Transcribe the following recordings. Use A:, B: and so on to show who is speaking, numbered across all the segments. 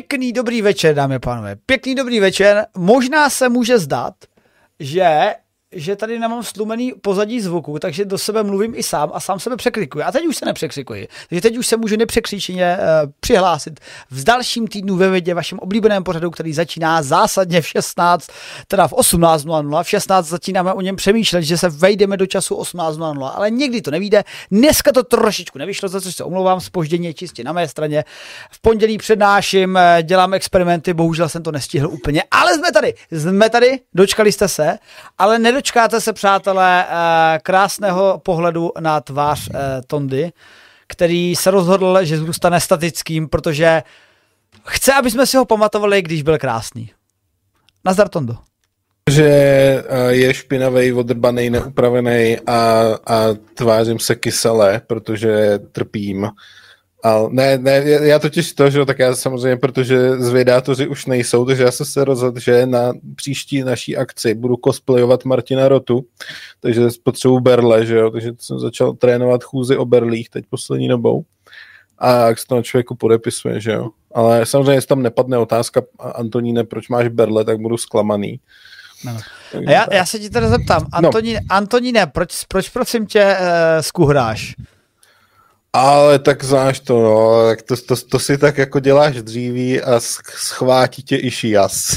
A: Pěkný dobrý večer, dámy a pánové. Pěkný dobrý večer. Možná se může zdát, že tady nemám stlumený pozadí zvuku, takže do sebe mluvím i sám a sám sebe překrikuji. A teď už se nepřekřikuji. Takže teď už se můžu nepřekřičeně přihlásit v dalším týdnu ve vědě, vašem oblíbeném pořadu, který začíná zásadně v 16, teda v 18:00. V 16 začínáme o něm přemýšlet, že se vejdeme do času 18:00, ale někdy to nevyjde. Dneska to trošičku nevyšlo, za což se omlouvám, zpoždění je čistě na mé straně. V pondělí přednáším, dělám experimenty, bohužel jsem to nestihl úplně, ale jsme tady, dočkali jste se, ale nedočkáte se, přátelé, krásného pohledu na tvář Tondy, který se rozhodl, že zůstane statickým, protože chce, aby jsme si ho pamatovali, když byl krásný. Nazdar, Tondo.
B: Že je špinavej, odrbanej, neupravený a tvářím se kyselé, protože trpím. Ale ne, já totiž to, že tak já samozřejmě, protože zvědátoři už nejsou, takže já jsem se rozhodl, že na příští naší akci budu cosplayovat Martina Rotu, takže potřebuji berle, že jo, takže jsem začal trénovat chůzi o berlích teď poslední dobou a jak se to na člověku podepisuje, že jo. Ale samozřejmě, jestli tam nepadne otázka, Antoníne, proč máš berle, tak budu zklamaný.
A: No. A já se ti teda zeptám, Antoníne, proč prosím tě skuhráš?
B: Ale tak znáš to, no, tak to si tak jako děláš dříví a schvátí tě i šias.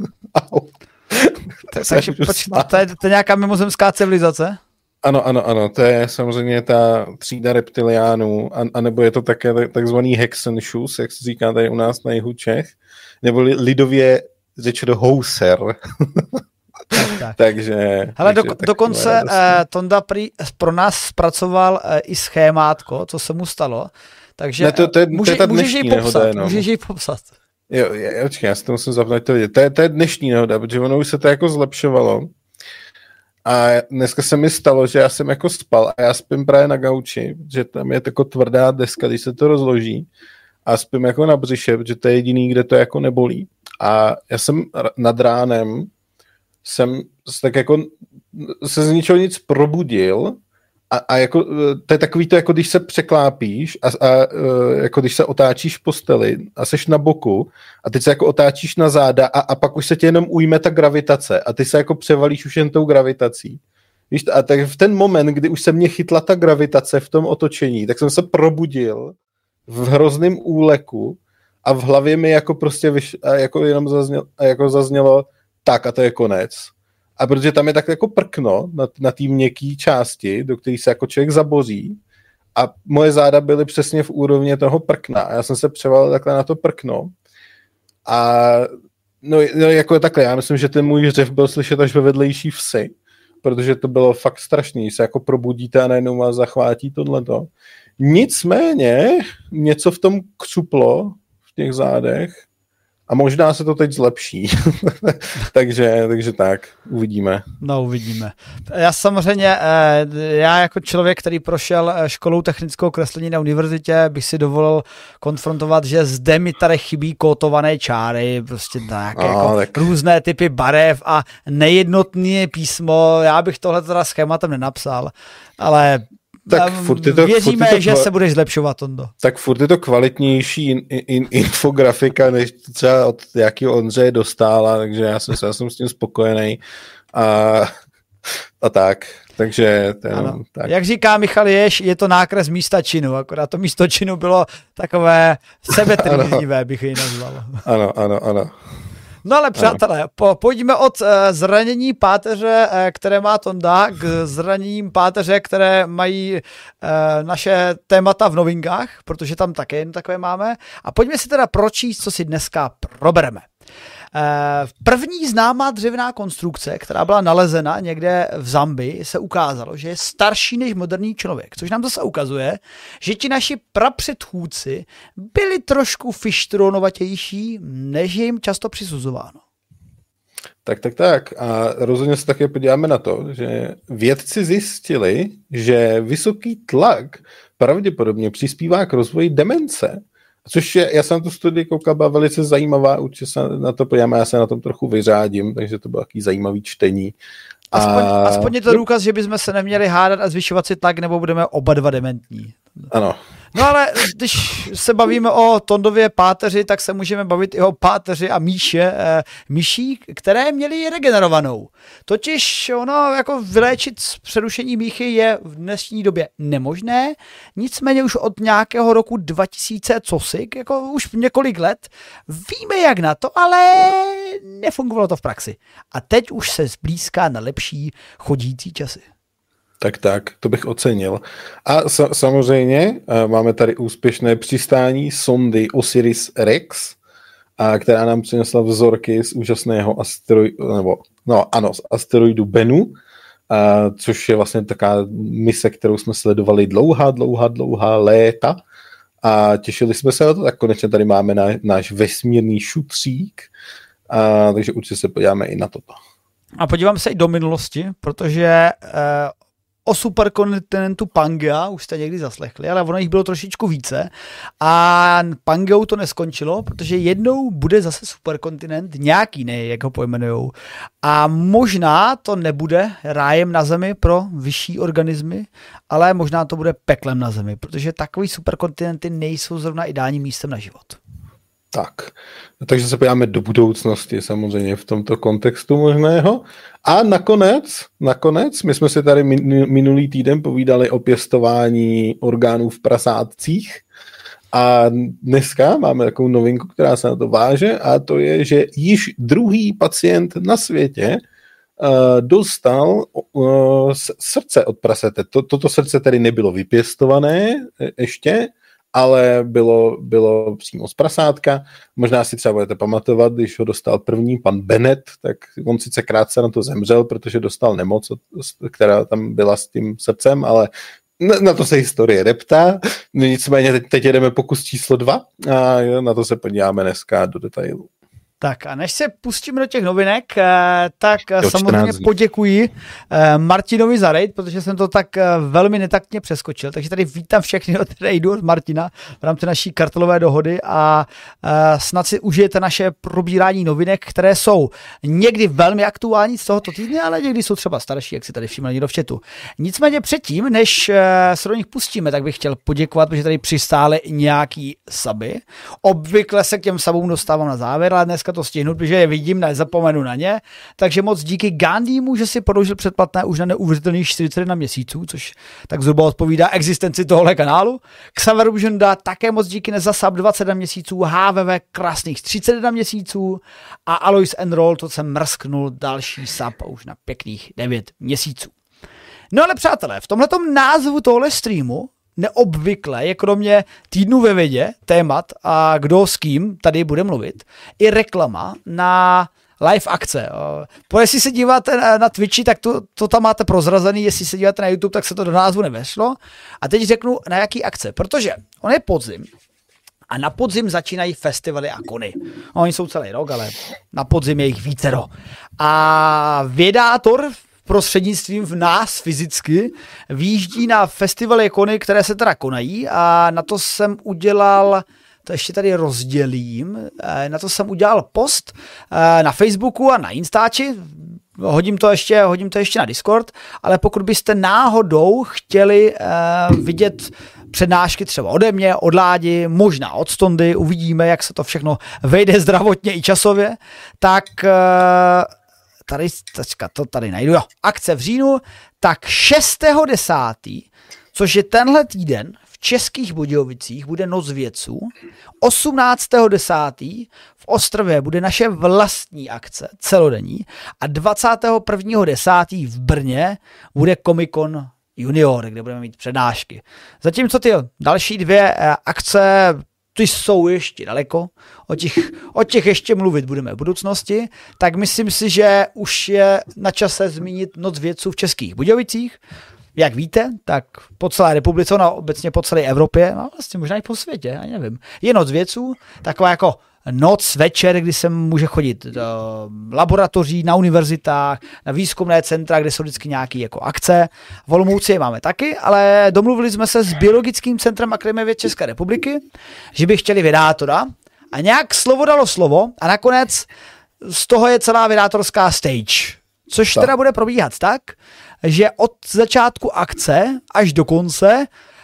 A: Takže to je nějaká mimozemská civilizace?
B: Ano, to je samozřejmě ta třída reptiliánů, anebo je to také takzvaný Hexenšus, jak se říká tady u nás na jihu Čech, nebo lidově řečeno houser.
A: Tak.
B: Takže...
A: Hele, dokonce Tonda pro nás zpracoval i schémátko, co se mu stalo, takže můžeš jej popsat.
B: Jo, počkej, já si to musím zapnout to vidět. To je dnešní nehoda, protože ono už se to jako zlepšovalo. A dneska se mi stalo, že já jsem jako spal a já spím právě na gauči, že tam je jako tvrdá deska, když se to rozloží a spím jako na břiše, protože to je jediný, kde to jako nebolí. A já jsem nad ránem tak jako se z ničeho nic probudil a jako, to je takový to, jako když se překlápíš a jako když se otáčíš v posteli a seš na boku a teď se jako otáčíš na záda a pak už se tě jenom ujme ta gravitace a ty se jako převalíš už jen tou gravitací. Víš, a tak v ten moment, kdy už se mě chytla ta gravitace v tom otočení, tak jsem se probudil v hrozném úleku a v hlavě mi jako prostě jako jenom zaznělo tak a to je konec. A protože tam je tak jako prkno na té měkké části, do které se jako člověk zaboří a moje záda byly přesně v úrovni toho prkna a já jsem se převalil takhle na to prkno a no jako takhle, já myslím, že ten můj hřev byl slyšet až ve vedlejší vsi, protože to bylo fakt strašný, se jako probudíte a najednou vás zachvátí tohleto. Nicméně něco v tom křuplo v těch zádech a možná se to teď zlepší. takže tak, uvidíme.
A: No, uvidíme. Já samozřejmě, já jako člověk, který prošel školou technického kreslení na univerzitě, bych si dovolil konfrontovat, že zde mi tady chybí kótované čáry, prostě nějaké různé typy barev a nejednotné písmo. Já bych tohle teda schématem nenapsal, ale... Tak věříme, že se budeš zlepšovat, Tondo. Tak
B: furt je to kvalitnější infografika, než třeba od jakého Ondřeje Dostála, takže já jsem s tím spokojený a tak. Takže tak.
A: Jak říká Michal Ješ, je to nákres místa činu, akorát to místo činu bylo takové sebetříznivé, bych jej nazval.
B: Ano.
A: No ale přátelé, pojďme od zranění páteře, které má Tonda, k zraněním páteře, které mají naše témata v novinkách, protože tam také jen takové máme. A pojďme si teda pročíst, co si dneska probereme. První známá dřevěná konstrukce, která byla nalezena někde v Zambii, se ukázalo, že je starší než moderní člověk, což nám zase ukazuje, že ti naši prapředchůdci byli trošku fištronovatější, než je jim často přisuzováno.
B: Tak. A rozhodně se také podíváme na to, že vědci zjistili, že vysoký tlak pravděpodobně přispívá k rozvoji demence. Což je, já jsem tu studii koukal, byla velice zajímavá, určitě se na to podíváme, já se na tom trochu vyřádím, takže to bylo takový zajímavý čtení.
A: Aspoň je to důkaz, že bychom se neměli hádat a zvyšovat si tlak, nebo budeme oba dva dementní.
B: Ano.
A: No ale když se bavíme o Tondově páteři, tak se můžeme bavit i o páteři a myší, které měly regenerovanou. Totiž ono jako vyléčit přerušení míchy je v dnešní době nemožné, nicméně už od nějakého roku 2000 cosik, jako už několik let, víme jak na to, ale nefungovalo to v praxi. A teď už se zblízká na lepší chodící časy.
B: Tak, to bych ocenil. A samozřejmě máme tady úspěšné přistání sondy Osiris-Rex, která nám přinesla vzorky z úžasného asteroidu Bennu, což je vlastně taková mise, kterou jsme sledovali dlouhá léta a těšili jsme se na to, tak konečně tady máme náš vesmírný šutřík, takže určitě se podíváme i na toto.
A: A podívám se i do minulosti, protože o superkontinentu Pangea už jste někdy zaslechli, ale ono jich bylo trošičku více a Pangeou to neskončilo, protože jednou bude zase superkontinent, nějaký ne, jak ho pojmenujou. A možná to nebude rájem na Zemi pro vyšší organismy, ale možná to bude peklem na Zemi, protože takový superkontinenty nejsou zrovna ideálním místem na život.
B: Tak, takže se podíváme do budoucnosti samozřejmě v tomto kontextu možného. A nakonec, my jsme si tady minulý týden povídali o pěstování orgánů v prasátcích a dneska máme takovou novinku, která se na to váže a to je, že již druhý pacient na světě dostal srdce od prasete. Toto srdce tedy nebylo vypěstované ještě, ale bylo přímo z prasátka. Možná si třeba budete pamatovat, když ho dostal první pan Bennett, tak on sice krátce na to zemřel, protože dostal nemoc, která tam byla s tím srdcem, ale na to se historie neptá. Nicméně teď jedeme pokus číslo 2 a na to se podíváme dneska do detailu.
A: Tak a než se pustíme do těch novinek, tak samozřejmě poděkuji Martinovi za raid, protože jsem to tak velmi netaktně přeskočil. Takže tady vítám všechny od raidu od Martina v rámci naší kartelové dohody a snad si užijete naše probírání novinek, které jsou někdy velmi aktuální z tohoto týdne, ale někdy jsou třeba starší, jak si tady všiml někdo v chatu. Nicméně předtím, než se do nich pustíme, tak bych chtěl poděkovat, protože tady přistály nějaký suby. Obvykle se k těm subům dostávám na závěr, ale dneska to stihnu, protože je vidím, nezapomenu na ně. Takže moc díky Gandhimu, že si prodloužil předplatné už na neuvěřitelných 41 měsíců, což tak zhruba odpovídá existenci tohohle kanálu. Xaveru dá také moc díky za sub 27 měsíců, HVV krásných 31 měsíců a Alois Enroll, to jsem mrsknul další sub už na pěkných 9 měsíců. No ale přátelé, v tomhletom názvu tohle streamu neobvykle je kromě týdnu ve vědě témat a kdo s kým tady bude mluvit, i reklama na live akce. Jestli se díváte na Twitchi, tak to tam máte prozrazený, jestli se díváte na YouTube, tak se to do názvu nevešlo. A teď řeknu, na jaký akce, protože on je podzim a na podzim začínají festivaly a kony. Oni jsou celý rok, ale na podzim je jich vícero. A Vědátor prostřednictvím v nás fyzicky výjíždí na festivaly kony, které se teda konají a na to jsem udělal, to ještě tady rozdělím, na to jsem udělal post na Facebooku a na Instači, hodím to ještě na Discord, ale pokud byste náhodou chtěli vidět přednášky třeba ode mě, od Ládi, možná od Stondy, uvidíme, jak se to všechno vejde zdravotně i časově, tak tady najdu, akce v říjnu, tak 6.10., což je tenhle týden v Českých Budějovicích, bude Noc vědců, 18.10. v Ostrově bude naše vlastní akce, celodenní, a 21.10. v Brně bude Comic-Con Junior, kde budeme mít přednášky. Zatímco ty další dvě akce, ty jsou ještě daleko, o těch ještě mluvit budeme v budoucnosti, tak myslím si, že už je na čase zmínit Noc vědců v Českých Budějovicích. Jak víte, tak po celé republice, no obecně po celé Evropě, no vlastně možná i po světě, já nevím, je Noc vědců, taková jako noc, večer, kdy se může chodit do laboratoří, na univerzitách, na výzkumné centra, kde jsou vždycky nějaké jako akce. V Olomouci je máme taky, ale domluvili jsme se s Biologickým centrem Akademie věd České republiky, že by chtěli vědátora a nějak slovo dalo slovo a nakonec z toho je celá vědátorská stage, což teda bude probíhat tak, že od začátku akce až do konce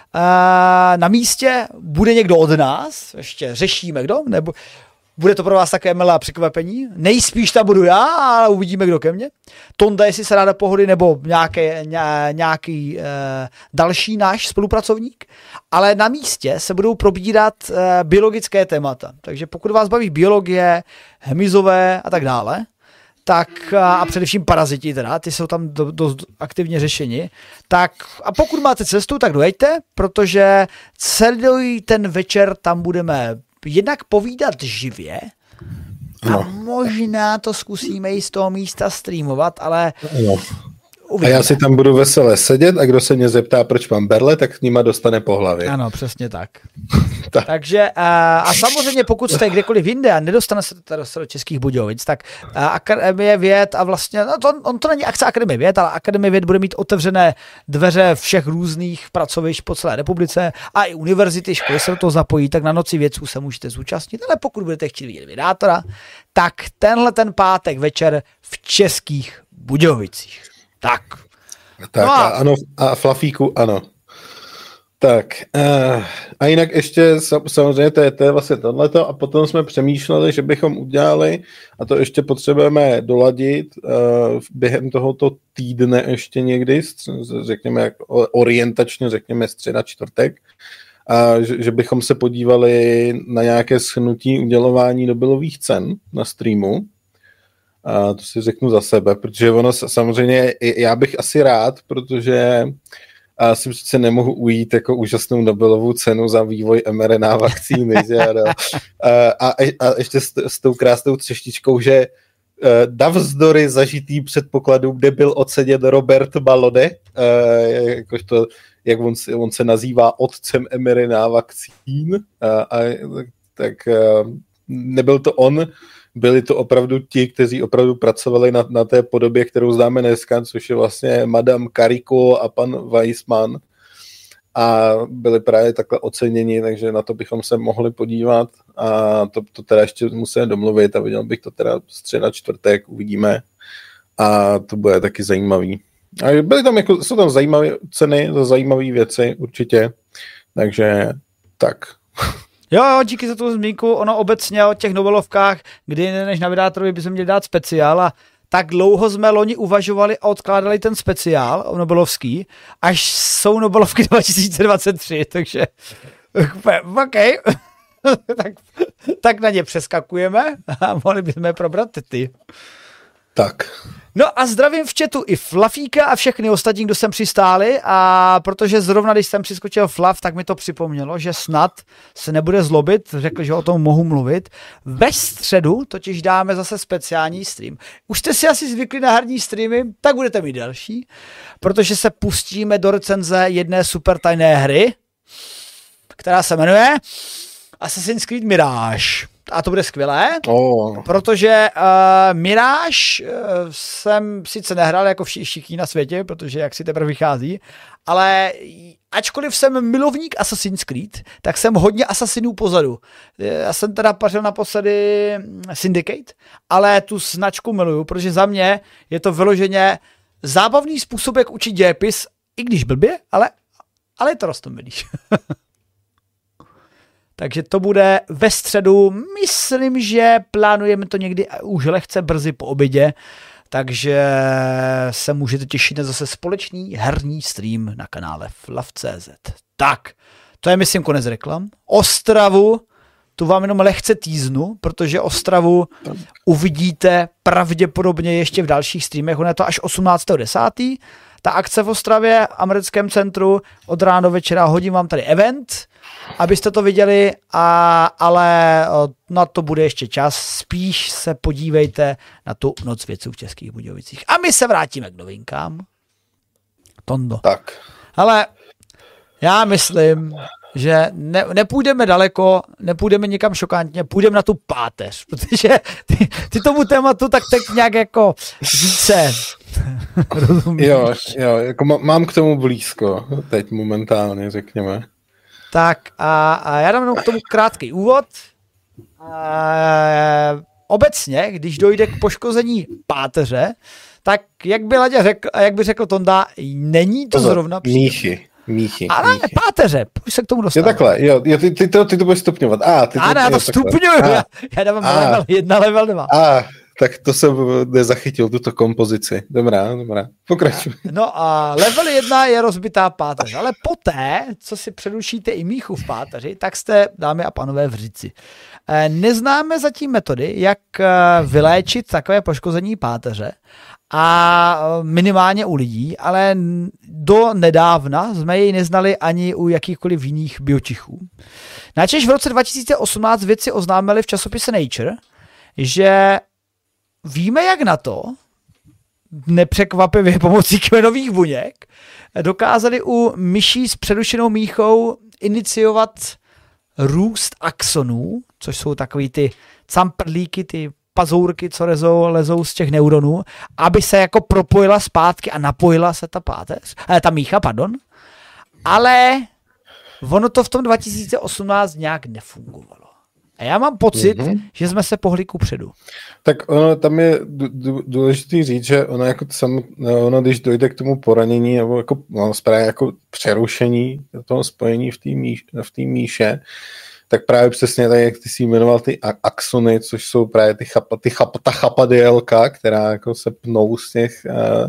A: na místě bude někdo od nás, ještě řešíme kdo, nebo bude to pro vás také milé překvapení. Nejspíš tam budu já, ale uvidíme, kdo ke mně. Tonda, jestli se ráda pohody, nebo nějaký další náš spolupracovník. Ale na místě se budou probírat biologické témata. Takže pokud vás baví biologie, hmyzové a tak dále, tak a především paraziti teda, ty jsou tam dost aktivně řešeni, tak a pokud máte cestu, tak dojeďte, protože celý ten večer tam budeme jednak povídat živě a možná to zkusíme i z toho místa streamovat, ale uvidíme.
B: A já si tam budu veselé sedět a kdo se mě zeptá, proč mám berle, tak s nima dostane po hlavě.
A: Ano, přesně tak. Takže a samozřejmě pokud jste kdekoliv jinde a nedostane se to do Českých Budějovic, tak Akademie věd a vlastně, on to není akce Akademie věd, ale Akademie věd bude mít otevřené dveře všech různých pracovišť po celé republice a i univerzity, školy se do toho zapojí, tak na Noci vědců se můžete zúčastnit, ale pokud budete chtít vidět vydátora, tak tenhle ten pátek večer v Českých Budějovicích. Tak.
B: No ano, a Flafíku, ano. Tak, a jinak ještě samozřejmě to je vlastně tohleto a potom jsme přemýšleli, že bychom udělali, a to ještě potřebujeme doladit během tohoto týdne ještě někdy, řekněme orientačně, řekněme středa, čtvrtek, a že bychom se podívali na nějaké shrnutí udělování Nobelových cen na streamu. A to si řeknu za sebe, protože ono samozřejmě, já bych asi rád, protože si přece nemohu ujít jako úžasnou Nobelovu cenu za vývoj mRNA vakcíny. A ještě s tou krásnou třeštičkou, že navzdory zažitý předpokladům, kde byl oceněn Robert Malone, jakožto, jak on se nazývá otcem mRNA vakcín, tak nebyl to on, byli to opravdu ti, kteří opravdu pracovali na té podobě, kterou známe dneska, což je vlastně Madame Kariko a pan Weissman. A byli právě takhle oceněni, takže na to bychom se mohli podívat. A to teda ještě musíme domluvit a viděl bych to teda středa, čtvrtek, uvidíme. A to bude taky zajímavý. A byly tam jsou tam zajímavé ceny za zajímavé věci určitě. Takže tak.
A: Jo, díky za tu zmínku. Ono obecně o těch Nobelovkách, kdy než na vydátorovi bychom měli dát speciál a tak dlouho jsme loni uvažovali a odkládali ten speciál Nobelovský, až jsou Nobelovky 2023, takže OK. tak na ně přeskakujeme a mohli bychom probrat ty.
B: Tak.
A: No a zdravím v chatu i Flafíka a všechny ostatní, kdo sem přistáli, a protože zrovna, když jsem přiskočil Flaf, tak mi to připomnělo, že snad se nebude zlobit, řekl, že o tom mohu mluvit. Ve středu totiž dáme zase speciální stream. Už jste si asi zvykli na herní streamy, tak budete mít další, protože se pustíme do recenze jedné super tajné hry, která se jmenuje Assassin's Creed Mirage. A to bude skvělé, protože Mirage jsem sice nehrál jako všichni na světě, protože jak si teprve vychází, ale ačkoliv jsem milovník Assassin's Creed, tak jsem hodně Assassinů pozadu. Já jsem teda pařil naposledy Syndicate, ale tu značku miluju, protože za mě je to vyloženě zábavný způsob, jak učit dějepis, i když blbě, ale je to roztomilý. Takže to bude ve středu, myslím, že plánujeme to někdy už lehce brzy po obědě, takže se můžete těšit na zase společný herní stream na kanále Flav.cz. Tak, to je myslím konec reklam. Ostravu, tu vám jenom lehce týznu, protože Ostravu uvidíte pravděpodobně ještě v dalších streamech, ono je to až 18.10. Ta akce v Ostravě, v americkém centru, od rána do večera hodím vám tady event, abyste to viděli, ale na to bude ještě čas. Spíš se podívejte na tu Noc vědců v Českých Budějovicích. A my se vrátíme k novinkám. Tondo.
B: Tak.
A: Ale já myslím, že nepůjdeme daleko, nepůjdeme nikam šokantně, půjdeme na tu páteř, protože ty tomu tématu tak nějak jako více rozumíš.
B: Jo, jako mám k tomu blízko, teď momentálně, řekněme.
A: Tak a já dám jenom k tomu krátký úvod. Obecně, když dojde k poškození páteře, tak jak by Ladě řekl a jak by řekl Tonda, není to zrovna
B: míchy. Míchy.
A: Ale páteře, pojď se k tomu dostat.
B: Jo, takhle, jo, ty to budeš stupňovat.
A: Já to stupňuju, já dávám level 1, level 2.
B: Tak to jsem nezachytil, tuto kompozici. Dobrá. Pokračuj.
A: No a level 1 je rozbitá páteř, ale poté, co si předušíte i míchu v páteři, tak jste, dámy a pánové, v říci. Neznáme zatím metody, jak vyléčit takové poškození páteře a minimálně u lidí, ale do nedávna jsme jej neznali ani u jakýchkoliv jiných biočichů. Načež v roce 2018 vědci oznámili v časopise Nature, že víme, jak na to, nepřekvapivě pomocí kmenových buněk, dokázali u myší s přerušenou míchou iniciovat růst axonů, což jsou takový ty camprlíky, ty pazourky, co lezou z těch neuronů, aby se jako propojila zpátky a napojila se ta mícha, ale ono to v tom 2018 nějak nefungovalo. A já mám pocit, že jsme se pohli kupředu.
B: Tak ono, tam je důležitý říct, že ono, když dojde k tomu poranění nebo jako přerušení toho spojení v té míše, tak právě přesně tak, jak ty jsi jmenoval ty axony, což jsou právě ta chapadielka, která jako se pnou z těch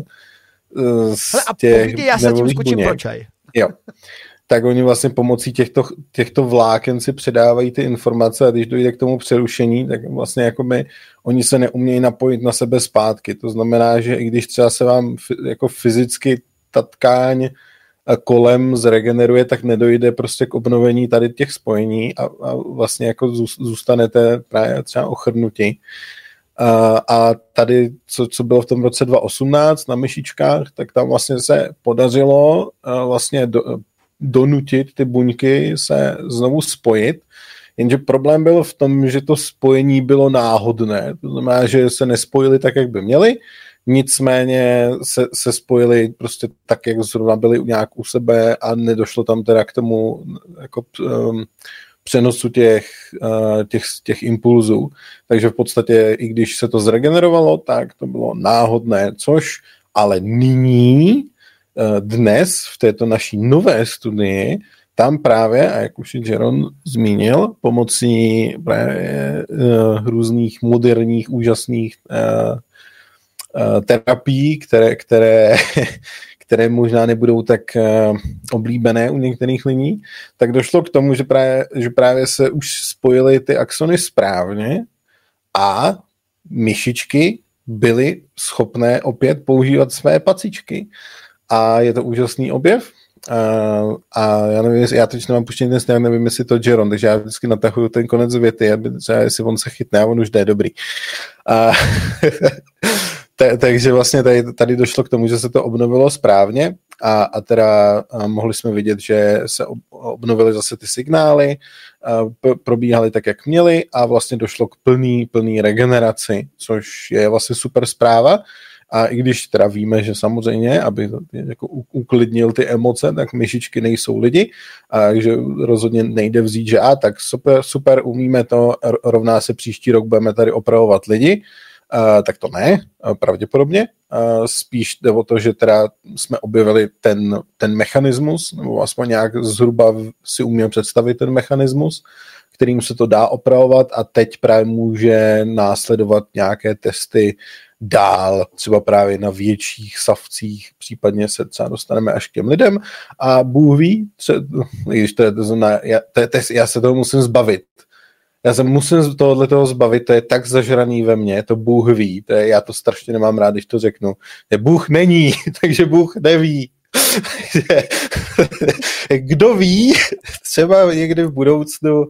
A: povídej, já se tím skočím pro čaj.
B: Jo. Tak oni vlastně pomocí těchto vláken si předávají ty informace a když dojde k tomu přerušení, tak vlastně jakoby oni se neumějí napojit na sebe zpátky. To znamená, že i když třeba se vám jako fyzicky ta tkáň kolem zregeneruje, tak nedojde prostě k obnovení tady těch spojení a vlastně jako zůstanete právě třeba ochrnuti. A tady, co bylo v tom roce 2018 na myšičkách, tak tam vlastně se podařilo vlastně donutit ty buňky se znovu spojit, jenže problém byl v tom, že to spojení bylo náhodné, to znamená, že se nespojili tak, jak by měli, nicméně se spojili prostě tak, jak zrovna byli nějak u sebe a nedošlo tam teda k tomu jako přenosu těch impulzů, takže v podstatě i když se to zregenerovalo, tak to bylo náhodné, což ale nyní dnes v této naší nové studii tam právě, a jak už Jeron zmínil, pomocí právě různých moderních, úžasných terapií, které možná nebudou tak oblíbené u některých lidí, tak došlo k tomu, že právě se už spojily ty axony správně a myšičky byly schopné opět používat své pacičky. A je to úžasný objev. A já nevím, já teď nemám puštěný ten sněh, nevím, jestli to Jeron, takže já vždycky natahuju ten konec věty, aby třeba, jestli on se chytne a on už jde dobrý. Takže vlastně tady došlo k tomu, že se to obnovilo správně a teda mohli jsme vidět, že se obnovily zase ty signály, probíhaly tak, jak měly a vlastně došlo k plný regeneraci, což je vlastně super zpráva. A i když teda víme, že samozřejmě, aby to jako uklidnil ty emoce, tak myšičky nejsou lidi, takže rozhodně nejde vzít, že tak super, umíme to, rovná se příští rok budeme tady opravovat lidi, tak to ne, pravděpodobně. Spíš jde o to, že teda jsme objevili ten mechanismus, nebo aspoň nějak zhruba si umíme představit ten mechanismus, kterým se to dá opravovat a teď právě může následovat nějaké testy dál, třeba právě na větších savcích, případně se třeba dostaneme až k těm lidem a Bůh ví, já se toho musím zbavit. Já se musím tohoto zbavit, to je tak zažraný ve mně, to Bůh ví, já to strašně nemám rád, když to řeknu. Bůh není, takže Bůh neví. Kdo ví, třeba někdy v budoucnu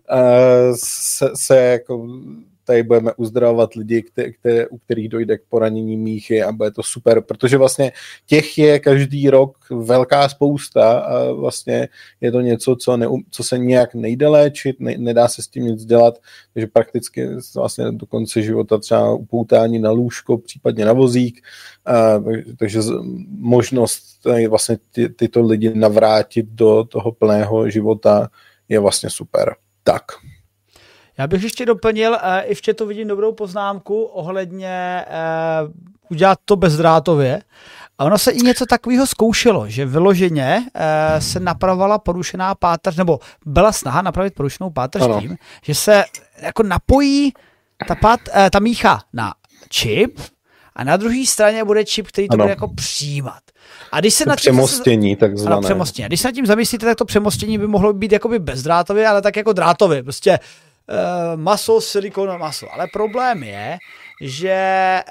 B: se jako tady budeme uzdravovat lidi, u kterých dojde k poranění míchy a bude to super, protože vlastně těch je každý rok velká spousta a vlastně je to něco, co se nějak nejde léčit, nedá se s tím nic dělat, takže prakticky vlastně do konce života třeba upoutání na lůžko, případně na vozík, takže možnost vlastně tyto lidi navrátit do toho plného života je vlastně super. Tak.
A: Já bych ještě doplnil, i v chatu vidím dobrou poznámku ohledně udělat to bezdrátově. A ono se i něco takového zkoušelo, že vyloženě se napravovala porušená páteř, nebo byla snaha napravit porušenou páteř tím, že se jako napojí ta mícha na čip a na druhé straně bude čip, který to bude jako přijímat. A když se na
B: přemostění takzvané.
A: Ano, přemostění. A když se nad tím zamyslíte, tak to přemostění by mohlo být jakoby bezdrátově, ale tak jako drátově. Prostě maso, silikon, maso. Ale problém je, že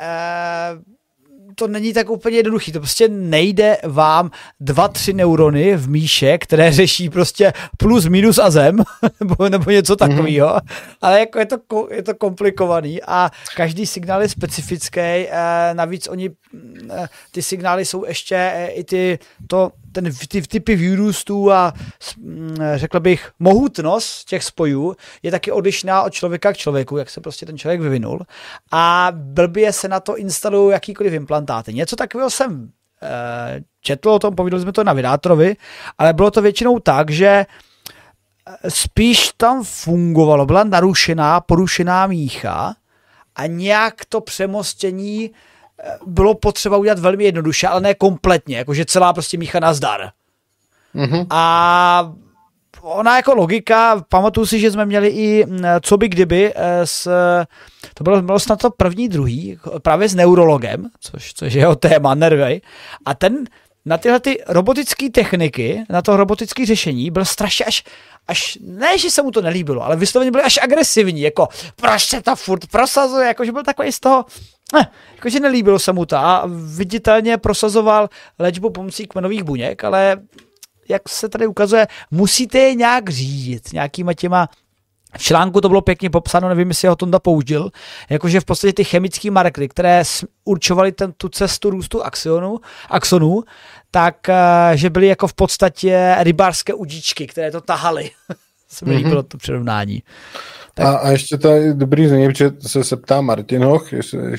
A: to není tak úplně jednoduchý. To prostě nejde vám 2-3 neurony v míše, které řeší prostě plus, minus a zem, nebo něco takového. Ale jako je to komplikovaný a každý signál je specifický. Navíc ty signály jsou ještě i ty typy výrůstů a řekl bych mohutnost těch spojů je taky odlišná od člověka k člověku, jak se prostě ten člověk vyvinul a blbě se na to instalují jakýkoliv implantáty. Něco takového jsem četl o tom, povídali jsme to na Vydátorovi, ale bylo to většinou tak, že spíš tam fungovalo, byla porušená mícha a nějak to přemostění bylo potřeba udělat velmi jednoduše, ale ne kompletně, jakože celá prostě mícha nazdar. A ona jako logika, pamatuju si, že jsme měli i co by kdyby, to bylo snad to první, druhý, právě s neurologem, což je jeho téma, nervy, a ten na tyhle ty robotické techniky, na to robotické řešení byl strašně až ne, že se mu to nelíbilo, ale vysloveně byl až agresivní, jako proč se to furt prosazuje, jakože byl takový z toho, jakože nelíbilo se mu to a viditelně prosazoval léčbu pomocí kmenových buněk, ale jak se tady ukazuje, musíte je nějak řídit, nějakýma těma. V článku to bylo pěkně popsáno, nevím, jestli ho Tonda použil, jakože v podstatě ty chemické markery, které určovaly tu cestu růstu axonů, tak že byly jako v podstatě rybářské udíčky, které to tahaly. Se mi líbilo to přirovnání.
B: A ještě to je dobrý změní, protože se ptá Martin Hoch,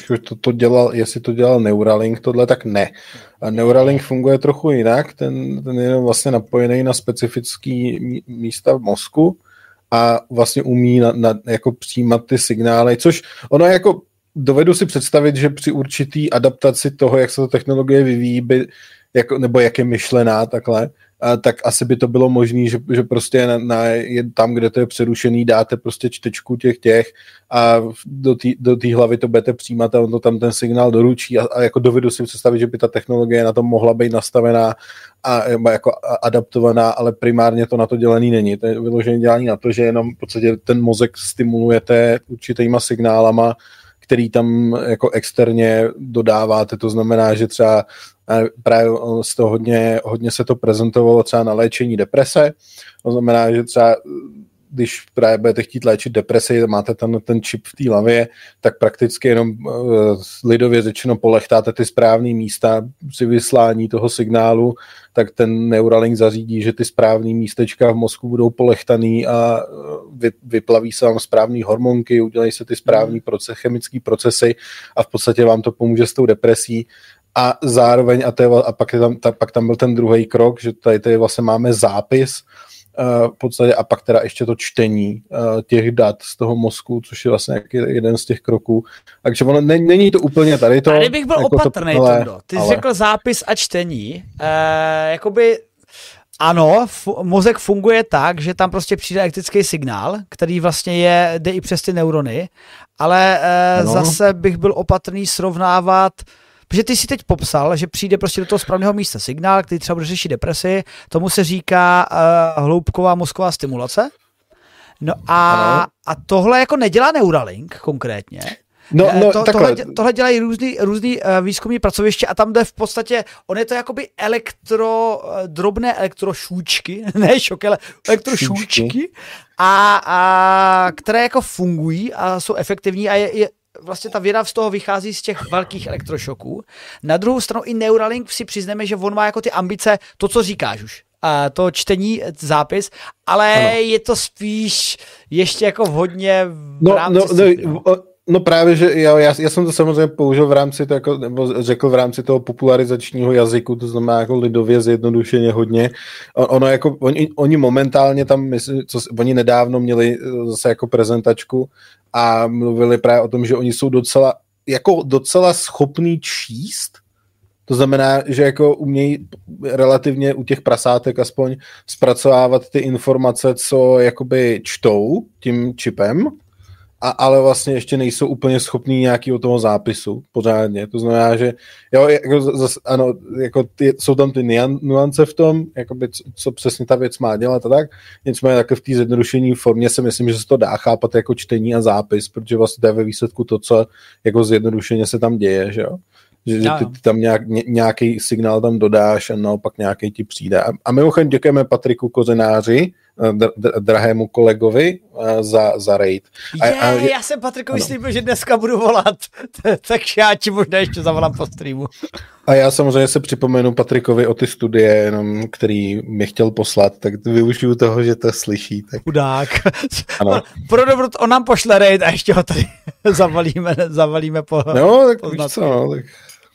B: jestli to dělal Neuralink, tohle tak ne. A Neuralink funguje trochu jinak, ten je vlastně napojený na specifický místa v mozku a vlastně umí jako přijímat ty signály, což ono jako dovedu si představit, že při určitý adaptaci toho, jak se ta technologie vyvíjí, nebo jak je myšlená takhle, tak asi by to bylo možné, že prostě tam, kde to je přerušený, dáte prostě čtečku těch a do té hlavy to budete přijímat a on to tam ten signál doručí a jako dovedu si představit, že by ta technologie na to mohla být nastavená a jako adaptovaná, ale primárně to na to dělaný není. To je vyložené dělání na to, že jenom v podstatě ten mozek stimulujete určitýma signálama, který tam jako externě dodáváte. To znamená, že třeba právě z toho hodně se to prezentovalo třeba na léčení deprese. To znamená, že třeba když právě budete chtít léčit depresi, máte tam ten čip v té hlavě, tak prakticky jenom lidově řečeno polechtáte ty správné místa při vyslání toho signálu, tak ten Neuralink zařídí, že ty správné místečka v mozku budou polechtaný a vyplaví se vám správné hormonky, udělají se ty správné chemické procesy a v podstatě vám to pomůže s tou depresí. A zároveň, pak tam byl ten druhý krok, že tady vlastně máme zápis v podstatě a pak teda ještě to čtení těch dat z toho mozku, což je vlastně jeden z těch kroků. Takže ono není to úplně tady to.
A: Tady bych byl jako opatrný, Tondo. Ty jsi řekl zápis a čtení. Jakoby ano, mozek funguje tak, že tam prostě přijde elektrický signál, který vlastně jde i přes ty neurony, ale zase bych byl opatrný srovnávat. Protože ty si teď popsal, že přijde prostě do toho správného místa signál, který třeba bude řešit depresi, tomu se říká hloubková mozková stimulace. No a tohle jako nedělá Neuralink konkrétně. Tohle dělají různý výzkumní pracoviště a tam jde v podstatě, on je to jakoby drobné elektrošůčky, ne šok, ale elektrošůčky, a které jako fungují a jsou efektivní a je vlastně ta věda z toho vychází z těch velkých elektrošoků. Na druhou stranu i Neuralink si přizneme, že on má jako ty ambice, to, co říkáš už, to čtení, zápis, ale je to spíš ještě jako hodně v rámci
B: No právě, že já jsem to samozřejmě použil v rámci to jako, nebo řekl v rámci toho popularizačního jazyku, to znamená jako lidově zjednodušeně hodně. Ono jako, oni momentálně tam, myslím, oni nedávno měli zase jako prezentačku a mluvili právě o tom, že oni jsou docela schopní číst. To znamená, že jako umějí relativně u těch prasátek aspoň zpracovávat ty informace, co jakoby čtou tím čipem, ale vlastně ještě nejsou úplně schopní nějakého toho zápisu pořádně. To znamená, že jo, ano, jako jsou tam ty nuance v tom, jakoby, co přesně ta věc má dělat a tak. Nicméně také v té zjednodušené formě si myslím, že se to dá chápat jako čtení a zápis, protože vlastně to je ve výsledku to, co jako zjednodušeně se tam děje, že jo. Že ty tam nějaký signál tam dodáš a naopak nějaký ti přijde. A mimochodem děkujeme Patriku Kozenáři, drahému kolegovi, za raid.
A: Já jsem Patrikovi slíbil, že dneska budu volat, takže já ti možná ještě zavolám po streamu.
B: A já samozřejmě se připomenu Patrikovi o ty studie, jenom který mě chtěl poslat, tak využiju toho, že to slyší. Tak...
A: Chudák. Pro dobro, on nám pošle raid a ještě ho tady zavalíme po...
B: No, tak víš co, no, tak...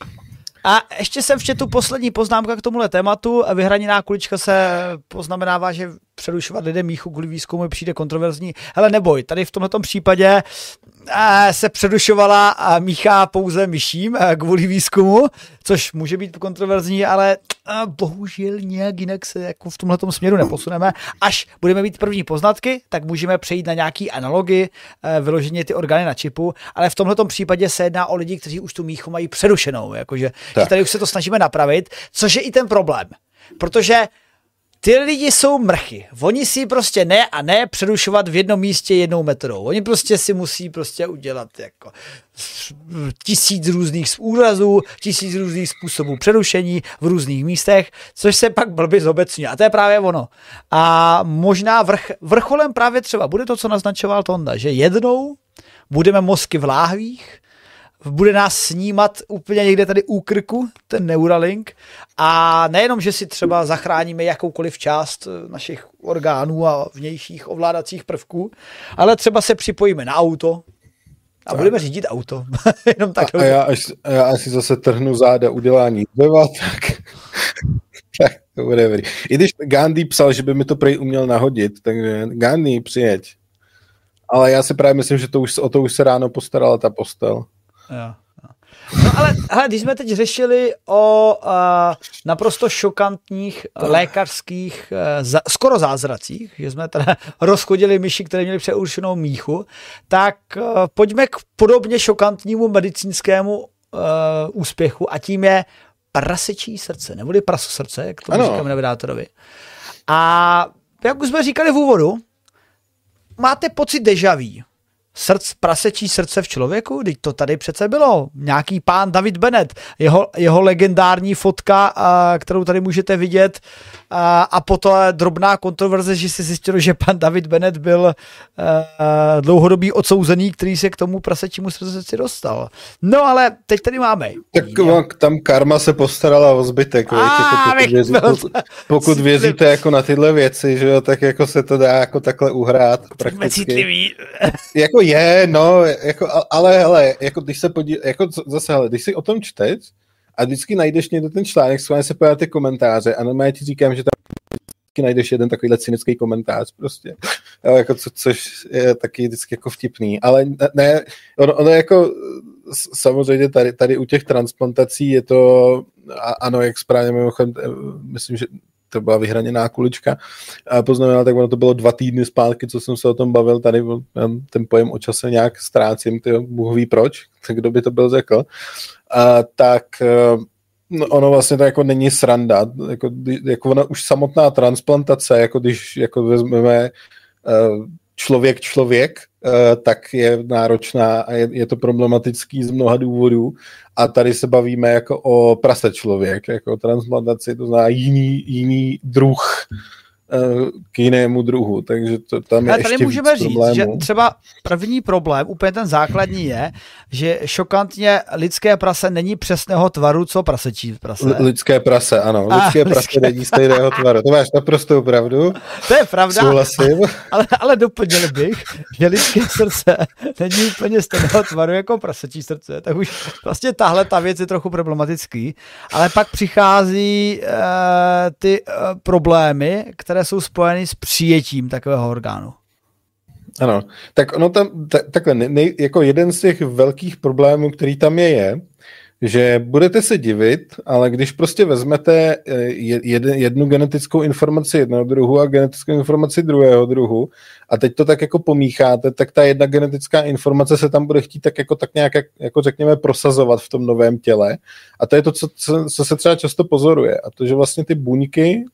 A: A ještě jsem v chatu poslední poznámka k tomuhle tématu. Vyhraněná kulička se poznamenává, že přerušovat lidem míchu kvůli výzkumu přijde kontroverzní. Hele, neboj, tady v tomto případě se přerušovala mícha pouze myším kvůli výzkumu, což může být kontroverzní, ale bohužel nějak jinak se jako v tomhletom směru neposuneme. Až budeme mít první poznatky, tak můžeme přejít na nějaký analogii, vyloženě ty orgány na čipu, ale v tomhletom případě se jedná o lidi, kteří už tu míchu mají přerušenou, jakože že tady už se to snažíme napravit, což je i ten problém, protože ty lidi jsou mrchy. Oni si prostě ne přerušovat v jednom místě jednou metodou. Oni prostě si musí prostě udělat jako 1000 různých úrazů, 1000 různých způsobů přerušení v různých místech, což se pak blbě zobecňuje. A to je právě ono. A možná vrcholem právě třeba bude to, co naznačoval Tonda, že jednou budeme mozky v láhvích, bude nás snímat úplně někde tady u krku, ten Neuralink, a nejenom, že si třeba zachráníme jakoukoliv část našich orgánů a vnějších ovládacích prvků, ale třeba se připojíme na auto a budeme řídit auto. Jenom tak.
B: A já asi zase trhnu záda udělání dřeva, tak to bude dobrý. I když Gandhi psal, že by mi to prej uměl nahodit, takže Gandhi, přijeď. Ale já si právě myslím, že o to už se ráno postarala ta postel.
A: Jo. No ale když jsme teď řešili o naprosto šokantních lékařských skoro zázracích, že jsme teda rozchodili myši, které měly přerušenou míchu, tak pojďme k podobně šokantnímu medicínskému úspěchu a tím je prasečí srdce, neboli prasosrdce, jak to říkáme navidátorovi. A jak už jsme říkali v úvodu, máte pocit déjà vu. Prasečí srdce v člověku, teď to tady přece bylo. Nějaký pán David Bennett, jeho legendární fotka, kterou tady můžete vidět, a potom drobná kontroverze, že se zjistilo, že pan David Bennett byl dlouhodobý odsouzený, který se k tomu prasečímu srdci dostal. No ale teď tady máme.
B: Tak tam karma se postarala o zbytek. Pokud věříte jako na tyhle věci, že jo, tak jako se to dá jako takhle uhrát.
A: Citlivý.
B: Jako je, no, jako, ale hele, jako když se jako zase, hele, když si o tom čteš a vždycky najdeš někde ten článek, schválně se pojáte komentáře a normálně ti říkám, že tam vždycky najdeš jeden takovýhle cynický komentář prostě, jo, jako což je taky vždycky jako vtipný, ale ne, ono jako samozřejmě tady u těch transplantací je to, ano, jak správně mimochodem, myslím, že to byla vyhraněná kulička a poznamenal, tak ono to bylo 2 týdny zpátky, co jsem se o tom bavil, tady ten pojem o čase nějak ztrácím, Bůh ví proč, tak kdo by to byl řekl, tak ono vlastně to jako není sranda, jako ona už samotná transplantace, jako když jako vezmeme člověk, tak je náročná a je to problematický z mnoha důvodů a tady se bavíme jako o prase člověk, jako o transplantaci, to znamená jiný druh k jinému druhu, takže tam je
A: tady
B: ještě
A: můžeme
B: víc
A: říct,
B: problémů.
A: že třeba první problém, úplně ten základní je, že šokantně lidské prase není přesného tvaru, co prasečí prase.
B: Lidské prase, ano. Lidské prase není stejného tvaru. To máš naprostou pravdu.
A: To je pravda.
B: Souhlasím.
A: Ale doplnil bych, že lidské srdce není úplně stejného tvaru jako prasečí srdce. Tak už vlastně tahle ta věc je trochu problematický. Ale pak přichází ty problémy, které jsou spojeny s přijetím takového orgánu.
B: Ano, tak ono tam, takhle, jako jeden z těch velkých problémů, který tam je, že budete se divit, ale když prostě vezmete jednu genetickou informaci jednoho druhu a genetickou informaci druhého druhu a teď to tak jako pomícháte, tak ta jedna genetická informace se tam bude chtít tak nějak, jako řekněme, prosazovat v tom novém těle. A to je to, co se třeba často pozoruje. A to, že vlastně ty buňky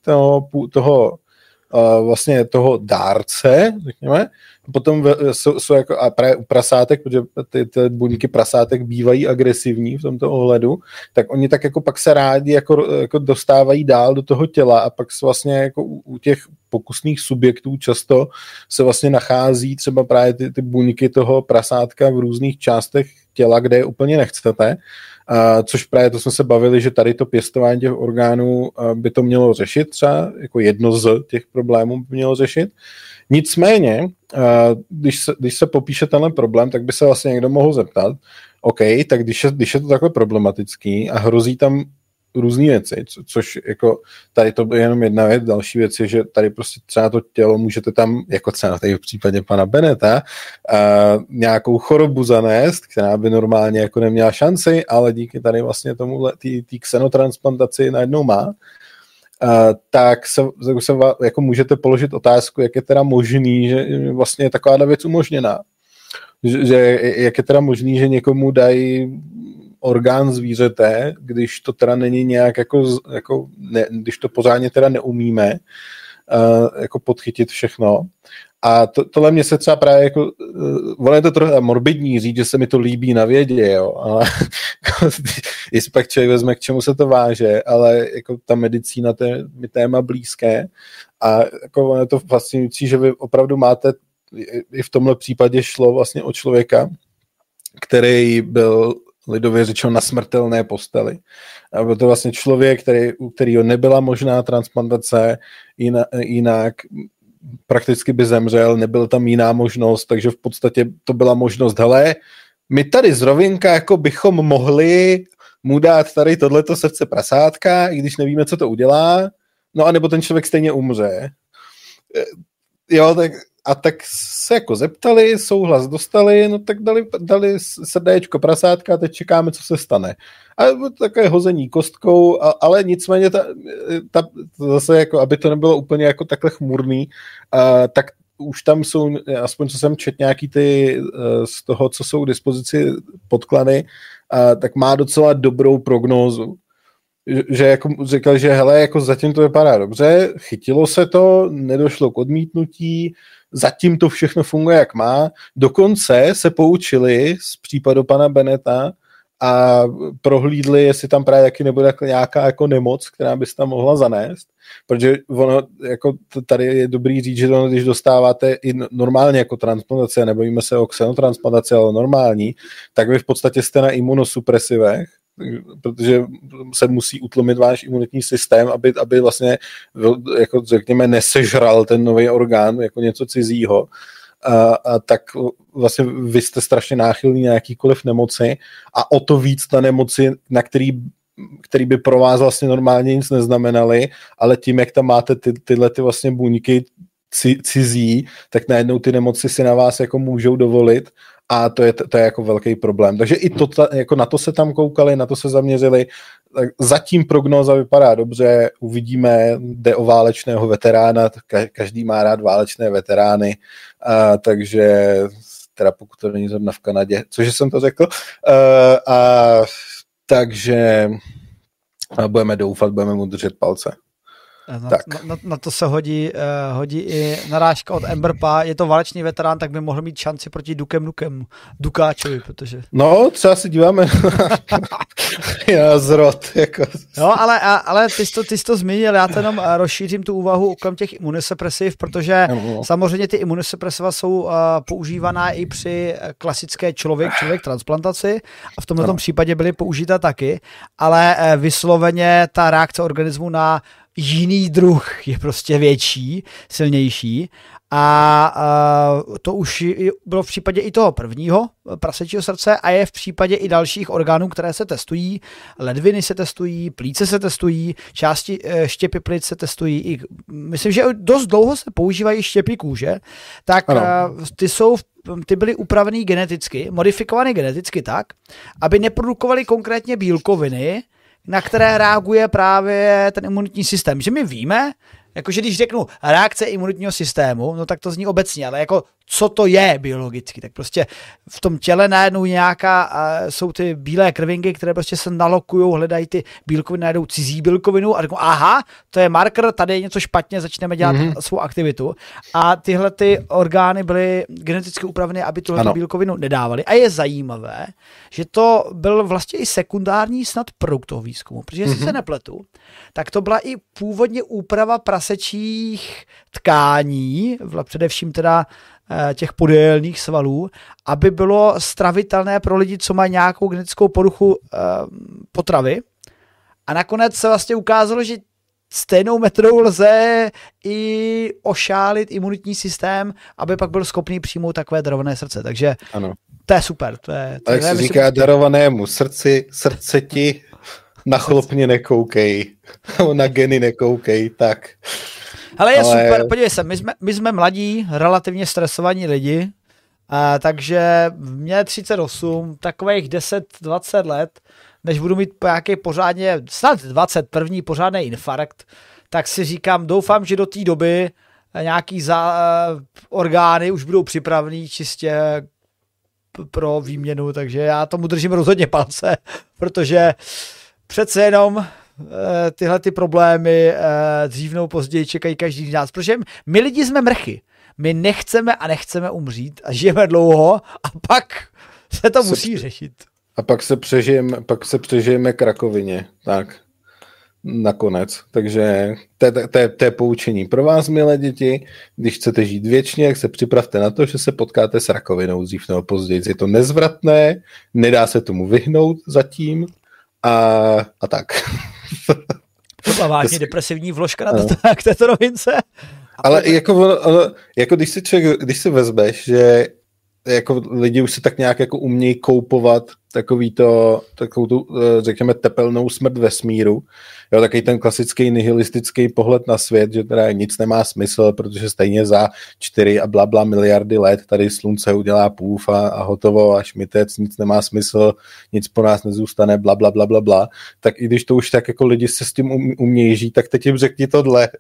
B: vlastně toho dárce, řekněme, potom jsou jako, a právě u prasátek, protože ty buňky prasátek bývají agresivní v tomto ohledu, tak oni tak jako pak se rádi jako dostávají dál do toho těla a pak se vlastně jako u těch pokusných subjektů často se vlastně nachází třeba právě ty buňky toho prasátka v různých částech těla, kde je úplně nechcete, což právě to jsme se bavili, že tady to pěstování těch orgánů by to mělo řešit třeba, jako jedno z těch problémů by mělo řešit. Nicméně, když se popíše tenhle problém, tak by se vlastně někdo mohl zeptat, OK, tak když je to takhle problematický a hrozí tam různý věci, což jako tady to je jenom jedna věc, další věc je, že tady prostě třeba to tělo můžete tam, jako třeba tady v případě pana Beneta, nějakou chorobu zanést, která by normálně jako neměla šanci, ale díky tady vlastně tomuhle, tý xenotransplantaci najednou má, tak se jako můžete položit otázku, jak je teda možný, že vlastně je taková věc umožněná. Že jak je teda možný, že někomu dají orgán zvířete, když to teda není nějak když to pořádně teda neumíme jako podchytit všechno. A tohle mě se třeba právě jako, ono je to trochu morbidní říct, že se mi to líbí na vědě, jo, ale jestli pak člověk vezme, k čemu se to váže, ale jako ta medicína, to je mi téma blízké a jako ono je to fascinující, že vy opravdu máte, i v tomhle případě šlo vlastně o člověka, který byl lidově řečeno na smrtelné posteli. A byl to vlastně člověk, u kterého nebyla možná transplantace, jinak prakticky by zemřel, nebyla tam jiná možnost, takže v podstatě to byla možnost, hele, my tady z rovinka jako bychom mohli mu dát tady tohleto srdce prasátka, i když nevíme, co to udělá, no a nebo ten člověk stejně umře. Jo, tak se jako zeptali, souhlas dostali, no tak dali srdéčko prasátka a teď čekáme, co se stane. A takové hození kostkou, ale nicméně zase jako, aby to nebylo úplně jako takhle chmurný, tak už tam jsou, aspoň co jsem četl, nějaký ty z toho, co jsou k dispozici podklady, tak má docela dobrou prognózu. Že jako říkal, že hele, jako zatím to vypadá dobře, chytilo se to, nedošlo k odmítnutí, zatím to všechno funguje, jak má. Dokonce se poučili z případu pana Beneta a prohlídli, jestli tam právě taky nebude nějaká jako nemoc, která by se tam mohla zanést. Protože ono, jako tady je dobrý říct, že když dostáváte i normálně jako transplantace, nebojíme se o xenotransplantaci, ale normální, tak vy v podstatě jste na imunosupresivech, protože se musí utlumit váš imunitní systém, aby vlastně, jako řekněme, nesežral ten nový orgán jako něco cizího. A tak vlastně vy jste strašně náchylní na jakýkoliv nemoci a o to víc na nemoci, na který by pro vás vlastně normálně nic neznamenaly, ale tím, jak tam máte tyhle ty vlastně buňky cizí, tak najednou ty nemoci si na vás jako můžou dovolit a to je jako velký problém. Takže i to, jako na to se tam koukali, na to se zaměřili. Zatím prognóza vypadá dobře, uvidíme, jde o válečného veterána, každý má rád válečné veterány, takže teda pokud to není zrovna v Kanadě, cože jsem to řekl, takže budeme doufat, budeme mu držet palce.
A: Na to se hodí i narážka od Emberpa. Je to válečný veterán, tak by mohl mít šanci proti Dukem Dukáčovi, protože...
B: No, třeba si díváme na zrod. Jako.
A: No, ale ty jsi to zmínil, já to jenom rozšířím tu úvahu kolem těch imunosupresiv, protože samozřejmě ty imunosupresiva jsou používaná i při klasické člověk transplantaci a v tomto případě byly použita taky, ale vysloveně ta reakce organismu na jiný druh je prostě větší, silnější a to už bylo v případě i toho prvního prasečího srdce a je v případě i dalších orgánů, které se testují. Ledviny se testují, plíce se testují, části štěpy plic se testují. Myslím, že dost dlouho se používají štěpy kůže, tak ty byly upravený geneticky, modifikovány geneticky tak, aby neprodukovaly konkrétně bílkoviny, na které reaguje právě ten imunitní systém. Že my víme, jakože když řeknu reakce imunitního systému, no tak to zní obecně, ale jako co to je biologicky, tak prostě v tom těle najednou jsou ty bílé krvinky, které prostě se nalokujou, hledají ty bílkoviny, najdou cizí bílkovinu a řeknou, aha, to je marker, tady je něco špatně, začneme dělat svou aktivitu. A tyhle ty orgány byly geneticky upraveny, aby tuhle bílkovinu nedávali. A je zajímavé, že to byl vlastně i sekundární snad produkt toho výzkumu, protože jestli se nepletu, tak to byla i původně úprava prasečích tkání, především teda těch podélných svalů, aby bylo stravitelné pro lidi, co mají nějakou genetickou poruchu potravy. A nakonec se vlastně ukázalo, že stejnou metodou lze i ošálit imunitní systém, aby pak byl schopný přijmout takové darované srdce. Takže to je super.
B: A jak se říká darovanému srdce ti na chlopně nekoukej, na geny nekoukej, tak...
A: Ale je super, podívej se, my jsme mladí, relativně stresovaní lidi, takže mě 38, takových 10-20 let, než budu mít nějaký pořádně, snad 21. pořádný infarkt, tak si říkám, doufám, že do té doby nějaký orgány už budou připravený čistě pro výměnu, takže já tomu držím rozhodně palce, protože přece jenom tyhle ty problémy dřív nebo později čekají každý z nás, protože my lidi jsme mrchy. My nechceme a nechceme umřít a žijeme dlouho a pak se to musí řešit.
B: A pak se přežijeme k rakovině, tak nakonec. Takže to je poučení pro vás, milé děti. Když chcete žít věčně, jak se připravte na to, že se potkáte s rakovinou dřív nebo později. Je to nezvratné, nedá se tomu vyhnout zatím a tak.
A: To byla vážně depresivní vložka k této novince.
B: Ale jako když si vezmeš, že jako lidi už se tak nějak jako umějí koupovat takovou tu, řekněme, tepelnou smrt vesmíru. Jo, takový ten klasický nihilistický pohled na svět, že teda nic nemá smysl, protože stejně za 4 a blabla miliardy let tady slunce udělá pův a hotovo a šmitec, nic nemá smysl, nic po nás nezůstane, blabla. Tak i když to už tak jako lidi se s tím umějí žít, tak teď jim řekni tohle.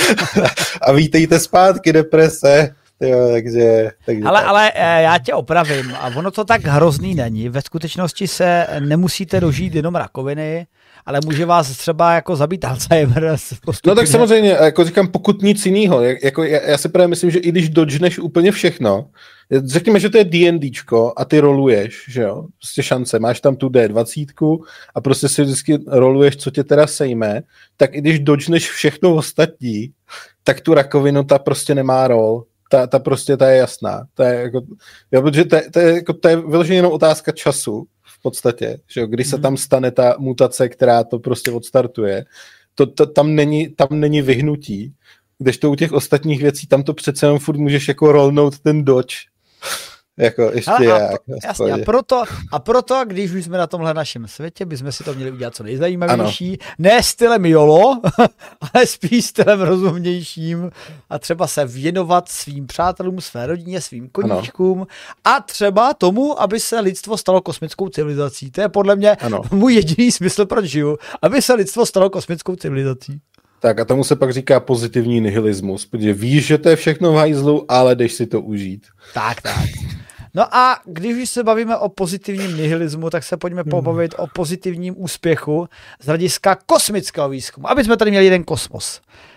B: A vítejte zpátky, deprese. Jo, takže
A: ale já tě opravím a ono to tak hrozný není. Ve skutečnosti se nemusíte dožít jenom rakoviny, ale může vás třeba jako zabít Alzheimer.
B: No tak samozřejmě, jako říkám, pokud nic jiného. Jako já si právě myslím, že i když dodžneš úplně všechno, řekněme, že to je D&Dčko a ty roluješ, že jo, prostě šance, máš tam tu D20 a prostě si vždycky roluješ, co tě teda sejme, tak i když dodžneš všechno ostatní, tak tu rakovinu ta prostě nemá rol. Ta je jasná. To je jako, jo, protože to je vyloženě jenom otázka času v podstatě, že jo, když se tam stane ta mutace, která to prostě odstartuje, tam není vyhnutí, kdežto u těch ostatních věcí tam to přece jenom furt můžeš jako rolnout ten dodge. Jako ještě
A: jasně, a proto, když už jsme na tomhle našem světě, bychom si to měli udělat co nejzajímavější. Ano. Ne stylem YOLO, ale spíš stylem rozumnějším a třeba se věnovat svým přátelům, své rodině, svým koníčkům a třeba tomu, aby se lidstvo stalo kosmickou civilizací. To je podle mě můj jediný smysl, proč žiju, aby se lidstvo stalo kosmickou civilizací.
B: Tak a tomu se pak říká pozitivní nihilismus, protože víš, že to je všechno v hajzlu, ale jdeš si to užít.
A: Tak. No a když už se bavíme o pozitivním nihilismu, tak se pojďme pobavit o pozitivním úspěchu z hlediska kosmického výzkumu, aby jsme tady měli jeden kosmos.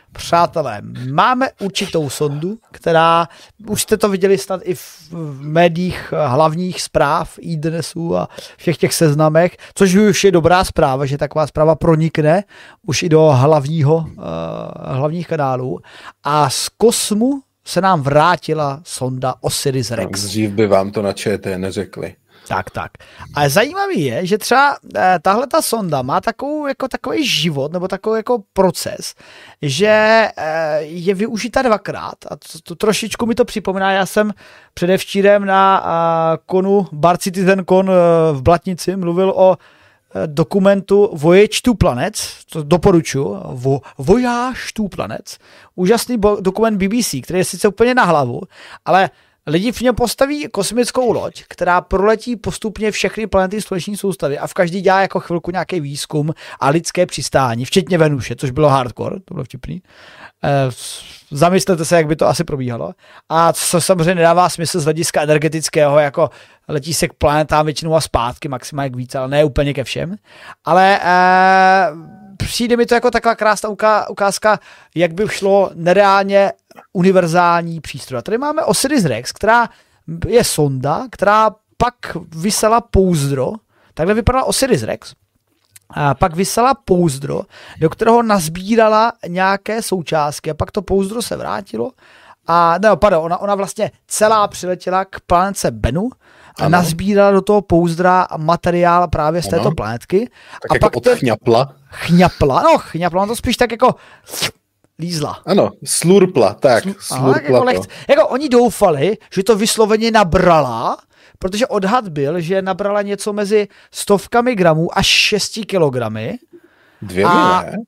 A: Přátelé, máme určitou sondu, která, už jste to viděli snad i v médiích hlavních zpráv, iDnesu a všech těch seznamech, což už je dobrá zpráva, že taková zpráva pronikne už i do hlavních kanálů. A z kosmu se nám vrátila sonda Osiris-Rex.
B: Dřív by vám to na ČT neřekli.
A: Tak. A zajímavý je, že třeba tahle ta sonda má takový život nebo takový jako proces, že je využita dvakrát a to trošičku mi to připomíná. Já jsem předevčírem na konu Bar Citizen Con v Blatnici mluvil o dokumentu Voyage to Planets, to doporučuji, Voyage to Planets, úžasný dokument BBC, který je sice úplně na hlavu, ale lidi v něm postaví kosmickou loď, která proletí postupně všechny planety sluneční soustavy a v každý dělá jako chvilku nějaký výzkum a lidské přistání, včetně Venuše, což bylo hardcore, to bylo vtipný. Zamyslete se, jak by to asi probíhalo. A co samozřejmě nedává smysl z hlediska energetického, jako letí se k planetám většinou a zpátky, maximálně k víc, ale ne úplně ke všem. Ale přijde mi to jako taková krásná ukázka, jak by šlo nereálně univerzální přístroj. A tady máme Osiris-Rex, která je sonda, která pak vysela pouzdro. Takhle vypadala Osiris-Rex. A pak vysela pouzdro, do kterého nazbírala nějaké součástky a pak to pouzdro se vrátilo a ona vlastně celá přiletěla k planetce Bennu a nazbírala do toho pouzdra materiál právě z této planetky.
B: Tak a jako pak chňapla.
A: Chňapla, to spíš tak jako lízla.
B: Ano, slurpla, tak.
A: Jako oni doufali, že to vysloveně nabrala, protože odhad byl, že nabrala něco mezi 100 gramů až 6 kilogramy.
B: 2 ne?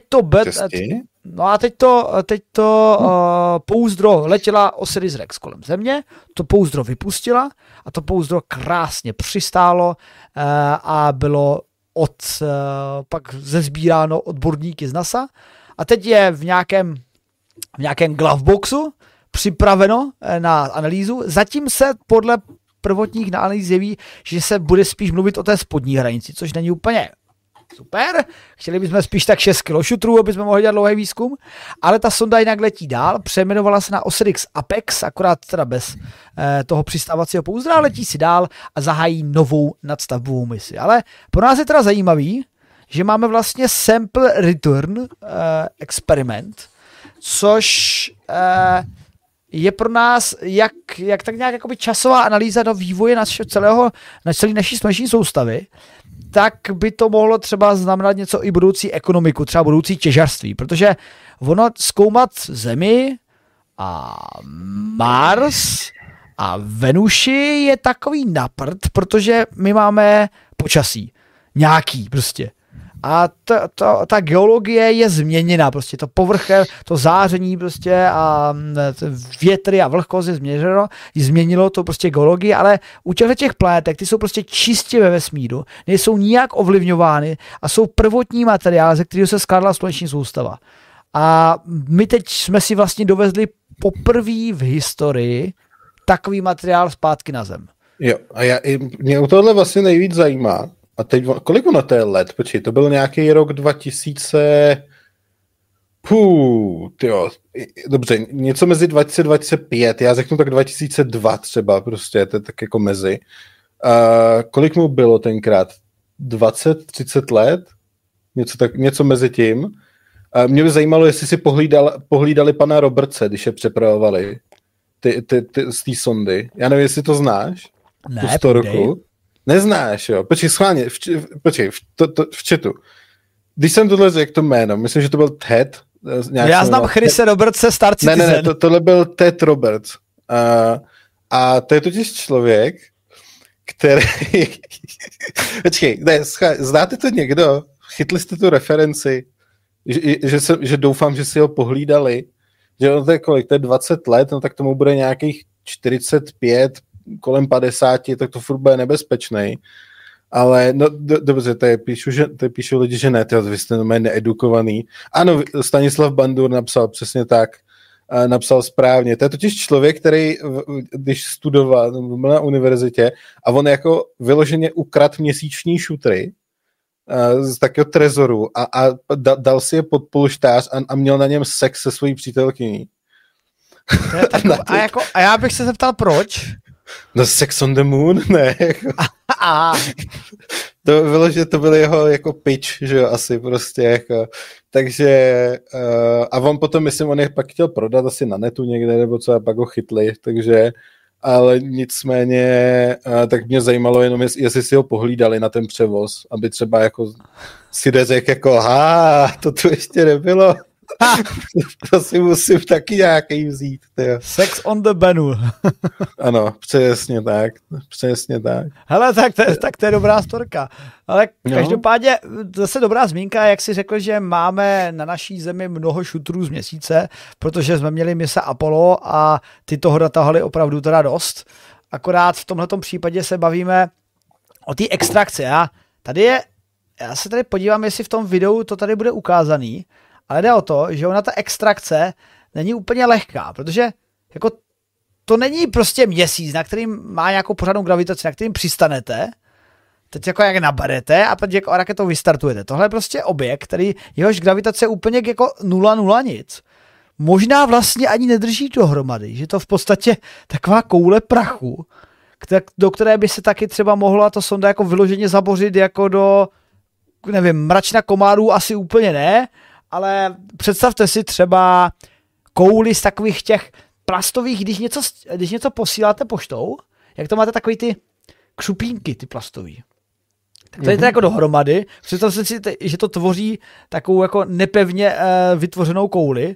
A: Teď to pouzdro letěla Osiris-Rex kolem Země, to pouzdro vypustila a to pouzdro krásně přistálo a bylo pak zesbíráno odborníky z NASA a teď je v nějakém gloveboxu připraveno na analýzu. Zatím se podle prvotních analýz jeví, že se bude spíš mluvit o té spodní hranici, což není úplně super. Chtěli bychom spíš tak 6 kg šutrů, aby jsme mohli dělat dlouhý výzkum, ale ta sonda jinak letí dál, přejmenovala se na Osiris Apex, akorát teda bez toho přistávacího pouzdra, ale letí si dál a zahájí novou nadstavbovou misi. Ale pro nás je teda zajímavý, že máme vlastně sample return experiment, což je pro nás jak tak nějak jakoby časová analýza do vývoje celé naší sluneční soustavy, tak by to mohlo třeba znamenat něco i budoucí ekonomiku, třeba budoucí těžařství, protože ono zkoumat Zemi a Mars a Venuši je takový naprt, protože my máme počasí. Nějaký prostě. A ta geologie je změněná, prostě to povrché, to záření prostě a větry a vlhkost je změnilo to prostě geologii, ale u těch planetek, ty jsou prostě čistě ve vesmíru, nejsou nijak ovlivňovány a jsou prvotní materiál, ze kterého se skládala sluneční soustava. A my teď jsme si vlastně dovezli poprvé v historii takový materiál zpátky na Zem. Jo,
B: a mě u tohle vlastně nejvíc zajímá. A teď, kolik ono to je let? Počkej, to byl nějaký rok 2000... Dobře, něco mezi 2025, já řeknu tak 2002 třeba, prostě, to je tak jako mezi. Kolik mu bylo tenkrát? 20-30 let? Něco mezi tím. Mě by zajímalo, jestli si pohlídali pana Robertse, když je přepravovali z té sondy. Já nevím, jestli to znáš?
A: Ne,
B: Neznáš, jo. Počkej, schválně, v chatu. Když jsem tohle řekl to jméno, myslím, že to byl Ted.
A: Já znám Chrise Robertse, Star Citizen.
B: Ne, tohle byl Ted Roberts. A to je totiž člověk, který... Počkej, znáte to někdo? Chytli jste tu referenci? Že doufám, že si ho pohlídali. Že to je kolik? To je 20 let, no tak tomu bude nějakých 45, kolem 50, tak to furt bude nebezpečný. Ale no dobře, to píšu lidi, že ne, vy jste needukovaný. Ano, Stanislav Bandur napsal přesně tak, napsal správně. To je totiž člověk, který, když studoval na univerzitě a on jako vyloženě ukradl měsíční šutry z takového trezoru a dal si je pod polštář a měl na něm sex se svojí přítelkyní.
A: A já bych se zeptal, proč?
B: No Sex on the Moon? Ne. To bylo, že to byl jeho jako pitch, že jo, asi prostě jako. Takže a on potom, myslím, on je pak chtěl prodat asi na netu někde, nebo co, a pak ho chytli, takže ale nicméně, tak mě zajímalo jenom, jestli si ho pohlídali na ten převoz, aby třeba jako si neřekl jako, to tu ještě nebylo. To si musím taky nějaký vzít. Tyjo.
A: Sex on the Benu.
B: Ano, přesně tak.
A: Hele, tak to je dobrá storka. Ale každopádně zase dobrá zmínka, jak jsi řekl, že máme na naší zemi mnoho šutrů z Měsíce, protože jsme měli mise Apollo a ty toho datahali opravdu teda dost. Akorát v tomhletom případě se bavíme o té extrakci. Já se tady podívám, jestli v tom videu to tady bude ukázaný. Ale jde o to, že ona ta extrakce není úplně lehká, protože jako to není prostě měsíc, na kterým má nějakou pořádnou gravitaci, na kterým přistanete, teď jako jak naberete a teď jako raketou vystartujete. Tohle je prostě objekt, který jehož gravitace je úplně jako 0,0 nic. Možná vlastně ani nedrží dohromady, že to v podstatě taková koule prachu, do které by se taky třeba mohla to sonda jako vyloženě zabořit jako do, nevím, mračna komárů asi úplně ne, ale představte si třeba kouli z takových těch plastových, když něco posíláte poštou, jak to máte takový ty křupínky, ty plastový. Tak to je to jako dohromady. Představte si, že to tvoří takovou jako nepevně vytvořenou kouli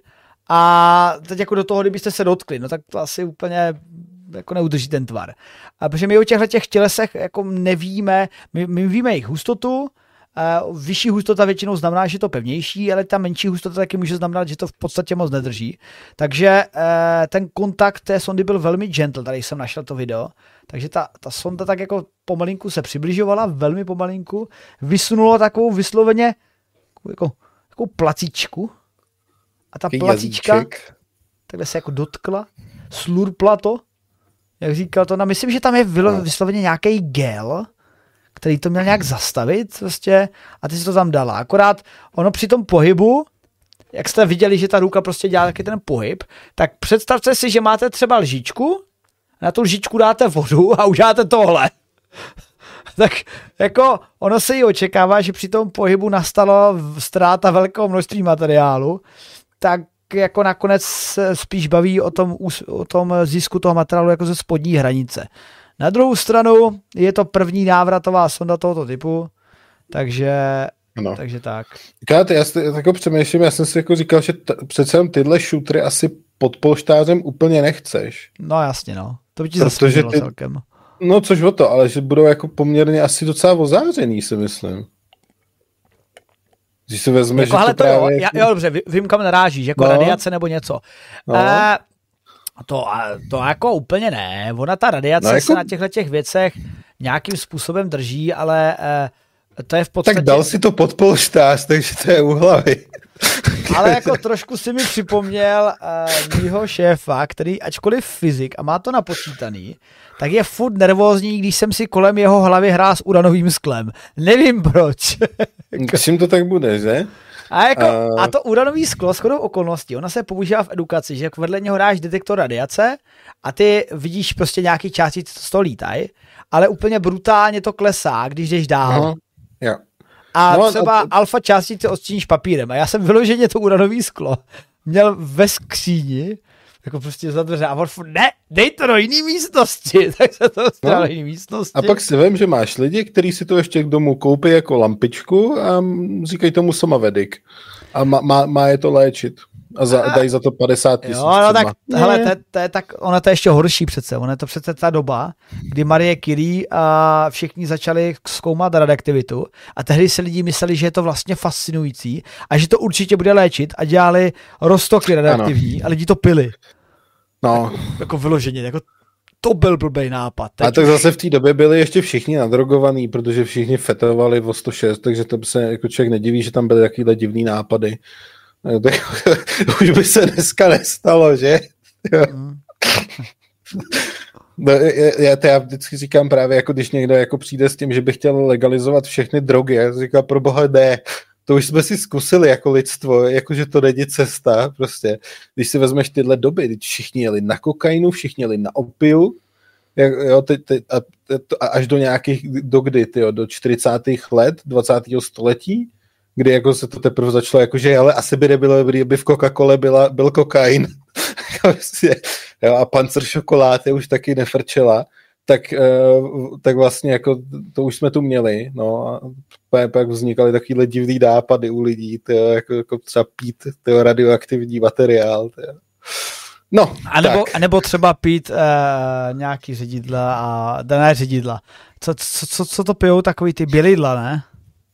A: a teď jako do toho, kdybyste se dotkli, no tak to asi úplně jako neudrží ten tvar. A protože my o těchto tělesech jako nevíme, my víme jejich hustotu. Vyšší hustota většinou znamená, že je to pevnější, ale ta menší hustota taky může znamenat, že to v podstatě moc nedrží. Takže ten kontakt té sondy byl velmi gentle, tady jsem našel to video. Takže ta sonda tak jako pomalinku se přibližovala, velmi pomalinku, vysunulo takovou vysloveně takovou placičku a ta placička takhle se jako dotkla, slurpla to, jak říkal to, myslím, že tam je vysloveně nějaký gel, který to měl nějak zastavit prostě a ty si to tam dala. Akorát ono při tom pohybu, jak jste viděli, že ta ruka prostě dělá taky ten pohyb, tak představte si, že máte třeba lžičku, na tu lžičku dáte vodu a uděláte tohle. Tak jako ono se jí očekává, že při tom pohybu nastalo ztráta velkého množství materiálu, tak jako nakonec se spíš baví o tom zisku toho materiálu jako ze spodní hranice. Na druhou stranu je to první návratová sonda tohoto typu, takže tak.
B: Já si jako přemýšlím, já jsem si jako říkal, že přece jenom tyhle šutry asi pod polštářem úplně nechceš.
A: No jasně, no. To by ti zasvědilo celkem.
B: No což o to, ale že budou jako poměrně asi docela ozářený, si myslím. Když si vezme,
A: jako,
B: že to právě...
A: Jo, dobře, vím, kam narážíš, jako radiace nebo něco.
B: No.
A: To jako úplně ne. Ona ta radiace se na těchto věcech nějakým způsobem drží, ale to je v podstatě...
B: Tak dal si to pod polštář, takže to je u hlavy.
A: Ale jako trošku si mi připomněl mýho šéfa, který ačkoliv fyzik a má to napočítaný, tak je furt nervózní, když jsem si kolem jeho hlavy hrál s uranovým sklem. Nevím proč.
B: Čím to tak bude, že?
A: A to uranový sklo shodou okolností, ona se používá v edukaci, že vedle něho dáš detektor radiace a ty vidíš prostě nějaký části, co z toho lítají, ale úplně brutálně to klesá, když jdeš dál.
B: Jo.
A: A třeba alfa částice odstíníš papírem. A já jsem vyloženě to uranový sklo měl ve skříni, jako prostě za dveře. A on ne, dej to do jiný místnosti. Tak se to dostal do jiný místnosti.
B: A pak si vím, že máš lidi, kteří si to ještě k domu koupí jako lampičku a říkají tomu Somavedik. A má je to léčit. A dají za to 50 000.
A: Jo, no tak, hele, ona to je ještě horší přece. Ona je to přece ta doba, kdy Marie Curie a všichni začali zkoumat radioaktivitu a tehdy se lidi mysleli, že je to vlastně fascinující a že to určitě bude léčit a dělali roztoky radioaktivní a lidi to pili.
B: No.
A: Jako vyloženě, jako to byl blbej nápad.
B: A tak zase v té době byli ještě všichni nadrogovaní, protože všichni fetovali o 106, takže to by se jako člověk nediví, že tam byly takovýhle divný nápady. Už by se dneska nestalo, že? No, já vždycky říkám právě, jako když někdo jako přijde s tím, že by chtěl legalizovat všechny drogy, já říkám, pro boha ne, to už jsme si zkusili jako lidstvo, jakože to není cesta, prostě. Když si vezmeš tyhle doby, když všichni jeli na kokainu, všichni jeli na opiu, jo, až do nějakých, do kdy, tyjo, do 40. let 20. století, kdy jako se to teprve začalo, jakože ale asi by nebylo dobrý, aby v Coca-Cole byl kokain. Jo, a Panzer šokolády už taky nefrčela, tak vlastně jako to už jsme tu měli, no a pak vznikaly takovýhle divný nápady u lidí, jako třeba pít radioaktivní materiál. No,
A: a nebo třeba pít nějaký ředidla a dané ředidla. Co to pijou takový ty bělidla, ne?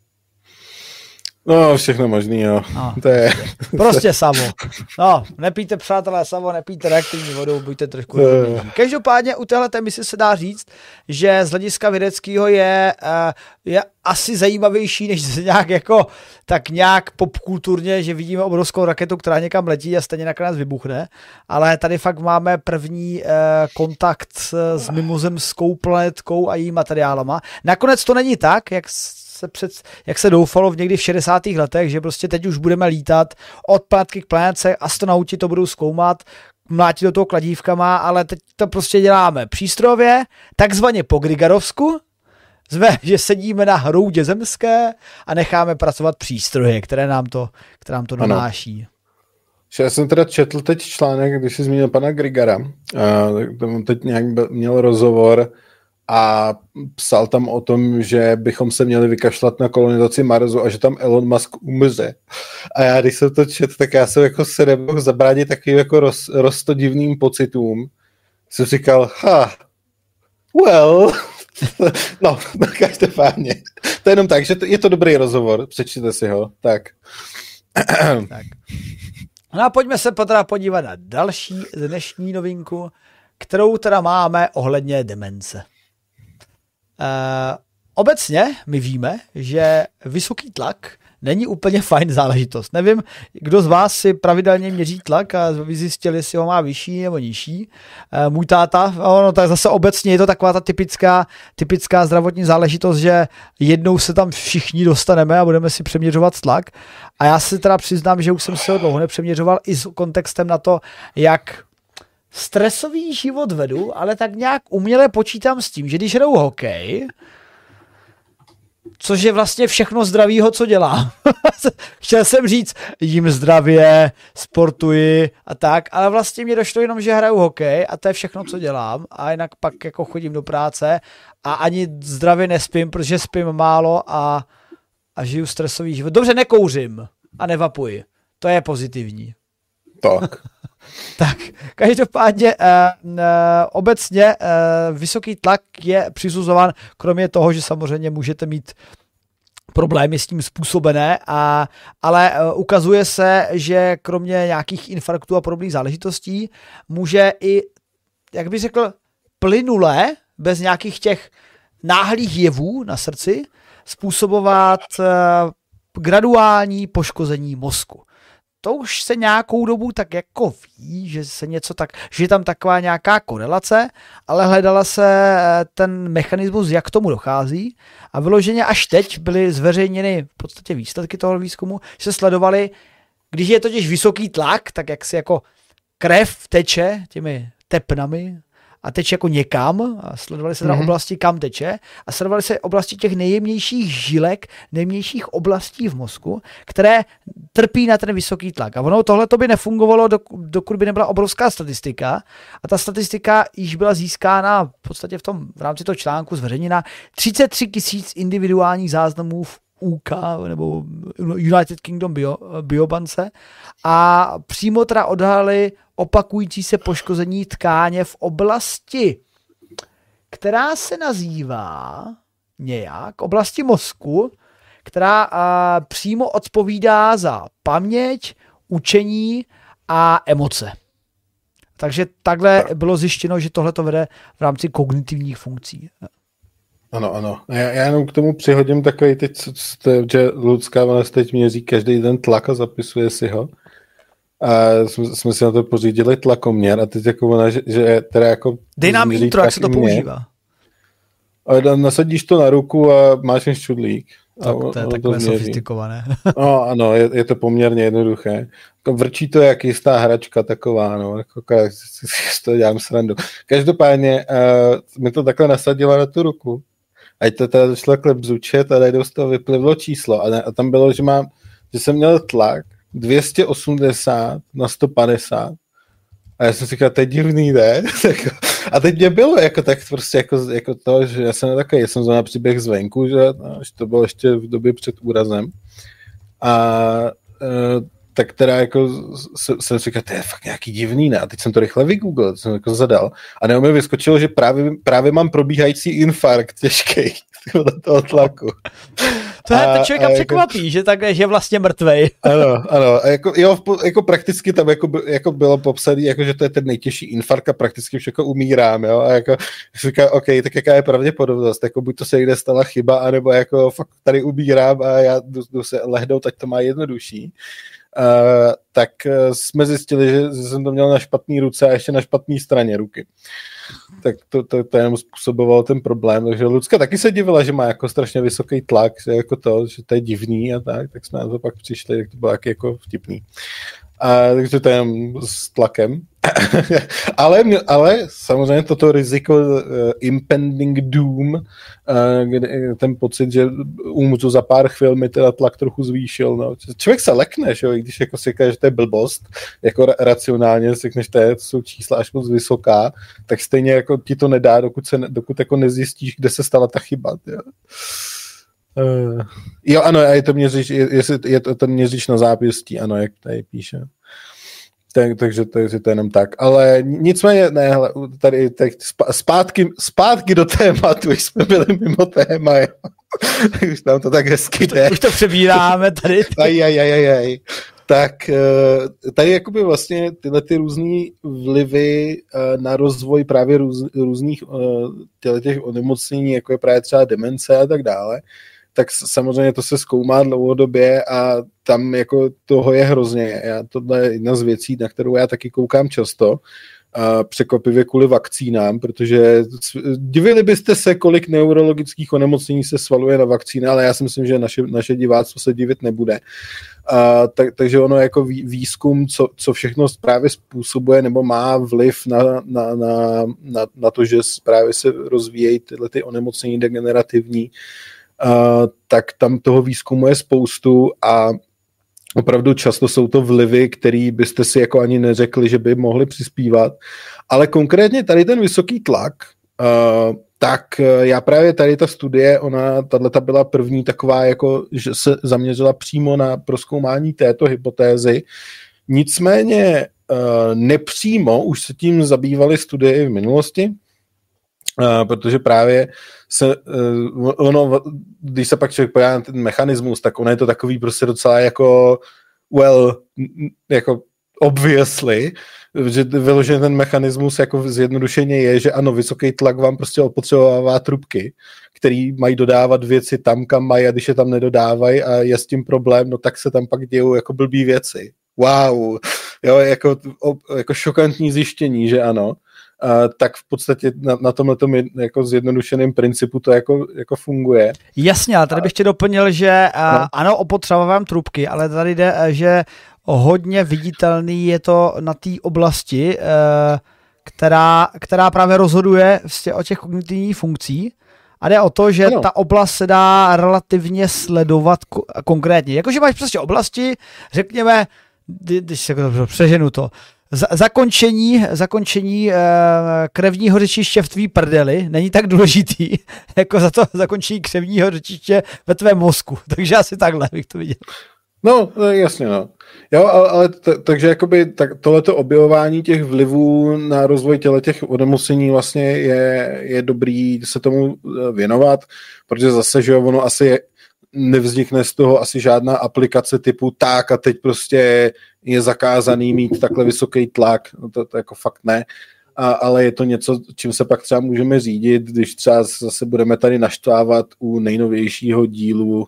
B: No, všechno možný, jo.
A: No,
B: to je...
A: Prostě samo. No, nepijte, přátelé, samo, nepijte reaktivní vodou, buďte trošku rozumnější. Každopádně u téhleté mise se dá říct, že z hlediska vědeckého je asi zajímavější, než nějak popkulturně, že vidíme obrovskou raketu, která někam letí a stejně nakonec vybuchne, ale tady fakt máme první kontakt s mimozemskou planetkou a její materiálama. Nakonec to není tak, jak se doufalo někdy v 60. letech, že prostě teď už budeme lítat od planetky k planetce, astronauti to budou zkoumat, mlátit do toho kladívkama, ale teď to prostě děláme přístrojově, takzvaně po Grigarovsku, že sedíme na hroudě zemské a necháme pracovat přístroje, které nám to donáší.
B: Já jsem teda četl teď článek, když jsi zmínil pana Grigara, tomu teď nějak měl rozhovor a psal tam o tom, že bychom se měli vykašlat na kolonizaci Marsu a že tam Elon Musk umře. A já, když jsem to četl, tak já jsem jako se nemohl zabránit takovým jako roztodivným pocitům. Jsem říkal, no, každopádně. To je jenom tak, že je to dobrý rozhovor, přečtěte si ho. Tak.
A: No a pojďme se teda podívat na další dnešní novinku, kterou teda máme ohledně demence. Obecně my víme, že vysoký tlak není úplně fajn záležitost. Nevím, kdo z vás si pravidelně měří tlak a vy zjistili, jestli ho má vyšší nebo nižší. Můj táta, tak zase obecně je to taková ta typická zdravotní záležitost, že jednou se tam všichni dostaneme a budeme si přeměřovat tlak. A já si teda přiznám, že už jsem se ho dlouho nepřeměřoval i s kontextem na to, jak stresový život vedu, ale tak nějak uměle počítám s tím, že když hraju hokej, což je vlastně všechno zdravýho, co dělám. Chtěl jsem říct, jím zdravě, sportuji a tak, ale vlastně mě došlo jenom, že hraju hokej a to je všechno, co dělám a jinak pak jako chodím do práce a ani zdravě nespím, protože spím málo a žiju stresový život. Dobře, nekouřím a nevapuji. To je pozitivní.
B: Tak.
A: Tak, každopádně obecně vysoký tlak je přisuzován, kromě toho, že samozřejmě můžete mít problémy s tím způsobené, ale ukazuje se, že kromě nějakých infarktů a podobných záležitostí může i, jak bych řekl, plynule, bez nějakých těch náhlých jevů na srdci, způsobovat graduální poškození mozku. To už se nějakou dobu tak jako ví, že je tam taková nějaká korelace, ale hledala se ten mechanismus, jak k tomu dochází a vyloženě až teď byly zveřejněny v podstatě výsledky toho výzkumu, že se sledovali, když je totiž vysoký tlak, tak jak si jako krev teče těmi tepnami a teče jako někam a sledovali se teda oblasti, kam teče a sledovali se oblasti těch nejjemnějších žilek, nejjemnějších oblastí v mozku, které trpí na ten vysoký tlak. A ono tohle to by nefungovalo, dokud by nebyla obrovská statistika a ta statistika již byla získána v podstatě v rámci toho článku zveřejněna 33 000 individuálních záznamů v UK nebo United Kingdom biobance a přímo teda odhalili opakující se poškození tkáně v oblasti, která se nazývá nějak oblasti mozku, která přímo odpovídá za paměť, učení a emoce. Takže takhle bylo zjištěno, že tohle to vede v rámci kognitivních funkcí.
B: Ano. Já jenom k tomu přihodím takový teď, že lidská teď měří každý den tlak a zapisuje si ho. a jsme si na to pořídili tlakoměr a teď jako ona, že teda jako...
A: Dej nám intro, jak se to používá.
B: A nasadíš to na ruku a máš ten šťudlík.
A: Tak to je takové sofistikované.
B: No ano, je to poměrně jednoduché. Jako vrčí to jak jistá hračka taková, no, jako to dělám srandu. Každopádně mi to takhle nasadila na tu ruku. Ať to teda začalo takhle bzučet a najednou z toho vyplivlo číslo. A tam bylo, že jsem měl tlak 280 na 150. A já jsem si říkal, to je divný, ne? A teď mě bylo jako tak prostě jako to, že já jsem znal příběh zvenku, že to bylo ještě v době před úrazem. A tak teda jako jsem říkal, to je fakt nějaký divný, ne? A teď jsem to rychle vygooglil, jsem jako zadal. A nebo mi vyskočilo, že právě mám probíhající infarkt těžkej toho tlaku.
A: To člověka překvapí, že takhle, že je vlastně mrtvej.
B: Ano. A jako prakticky tam jako bylo popsané, jako, že to je ten nejtěžší infarkt a prakticky už jako umírám, jo. A jako říkám, OK, tak jaká je pravděpodobnost? Jako buď to se někde stala chyba, anebo jako fakt tady umírám a já jdu se lehnout, ať to má jednodušší. Tak jsme zjistili, že jsem to měl na špatný ruce a ještě na špatné straně ruky. Tak to jenom způsobovalo ten problém. Takže Lucka taky se divila, že má jako strašně vysoký tlak, že to je divný a tak jsme na to pak přišli, tak to bylo jako vtipný. Takže to je jenom s tlakem. ale samozřejmě toto riziko impending doom, ten pocit, že umřu za pár chvil, mi teda tlak trochu zvýšil. No. Člověk se lekne, že? Když jako si říká, že to je blbost, jako racionálně si řekneš, to jsou čísla až moc vysoká, tak stejně jako ti to nedá, dokud jako nezjistíš, kde se stala ta chyba. Jo. Jo, ano, a je to měříč, je to ten měříč na zápěstí, ano, jak tady píše. Takže to je jenom tak. Ale nicméně, ne, hele, tady zpátky do tématu, už jsme byli mimo téma, jo. Už tam to tak hezky jde.
A: Už to přebíráme tady.
B: Aj. Tak tady jakoby vlastně tyhle ty různý vlivy na rozvoj právě různých těch onemocnění, jako je právě třeba demence a tak dále, tak samozřejmě to se zkoumá dlouhodobě a tam jako toho je hrozně. Tohle je jedna z věcí, na kterou já taky koukám často, překvapivě kvůli vakcínám, protože divili byste se, kolik neurologických onemocnění se svaluje na vakcíny, ale já si myslím, že naše diváctvo se divit nebude. Takže ono jako výzkum, co všechno právě způsobuje nebo má vliv na to, že právě se rozvíjejí tyhle ty onemocnění degenerativní, tak tam toho výzkumu je spoustu a opravdu často jsou to vlivy, který byste si jako ani neřekli, že by mohli přispívat. Ale konkrétně tady ten vysoký tlak, tak já právě tady ta studie, tato byla první taková, jako, že se zaměřila přímo na prozkoumání této hypotézy. Nicméně nepřímo už se tím zabývaly studie v minulosti, protože právě když se pak člověk podívá na ten mechanismus, tak ono je to takový prostě docela jako obviously, že vyložený ten mechanismus jako zjednodušeně je, že ano, vysoký tlak vám prostě opotřebovává trubky, který mají dodávat věci tam, kam mají, a když je tam nedodávají a je s tím problém, no tak se tam pak dějou jako blbý věci. Wow, jo, jako šokantní zjištění, že ano. Tak v podstatě na tomhletom jako zjednodušeném principu to jako funguje.
A: Jasně, ale tady bych tě doplnil, že ano, opotřebovám trubky, ale tady jde, že hodně viditelný je to na té oblasti, která právě rozhoduje o těch kognitivních funkcí. A jde o to, že ta oblast se dá relativně sledovat konkrétně. Jakože máš prostě oblasti, řekněme, když se přeženu to, zakončení krevního řečiště v tvý prdeli není tak důležitý, jako za to zakončení krevního řečiště ve tvém mozku. Takže asi takhle bych to viděl.
B: No, jasně, no. Jo, ale takže jakoby tohleto objevování těch vlivů na rozvoj těch onemocnění vlastně je dobrý se tomu věnovat, protože zase, že ono asi nevznikne z toho asi žádná aplikace typu tak a teď prostě je zakázaný mít takhle vysoký tlak, no to jako fakt ne, ale je to něco, čím se pak třeba můžeme řídit, když třeba zase budeme tady naštvávat u nejnovějšího dílu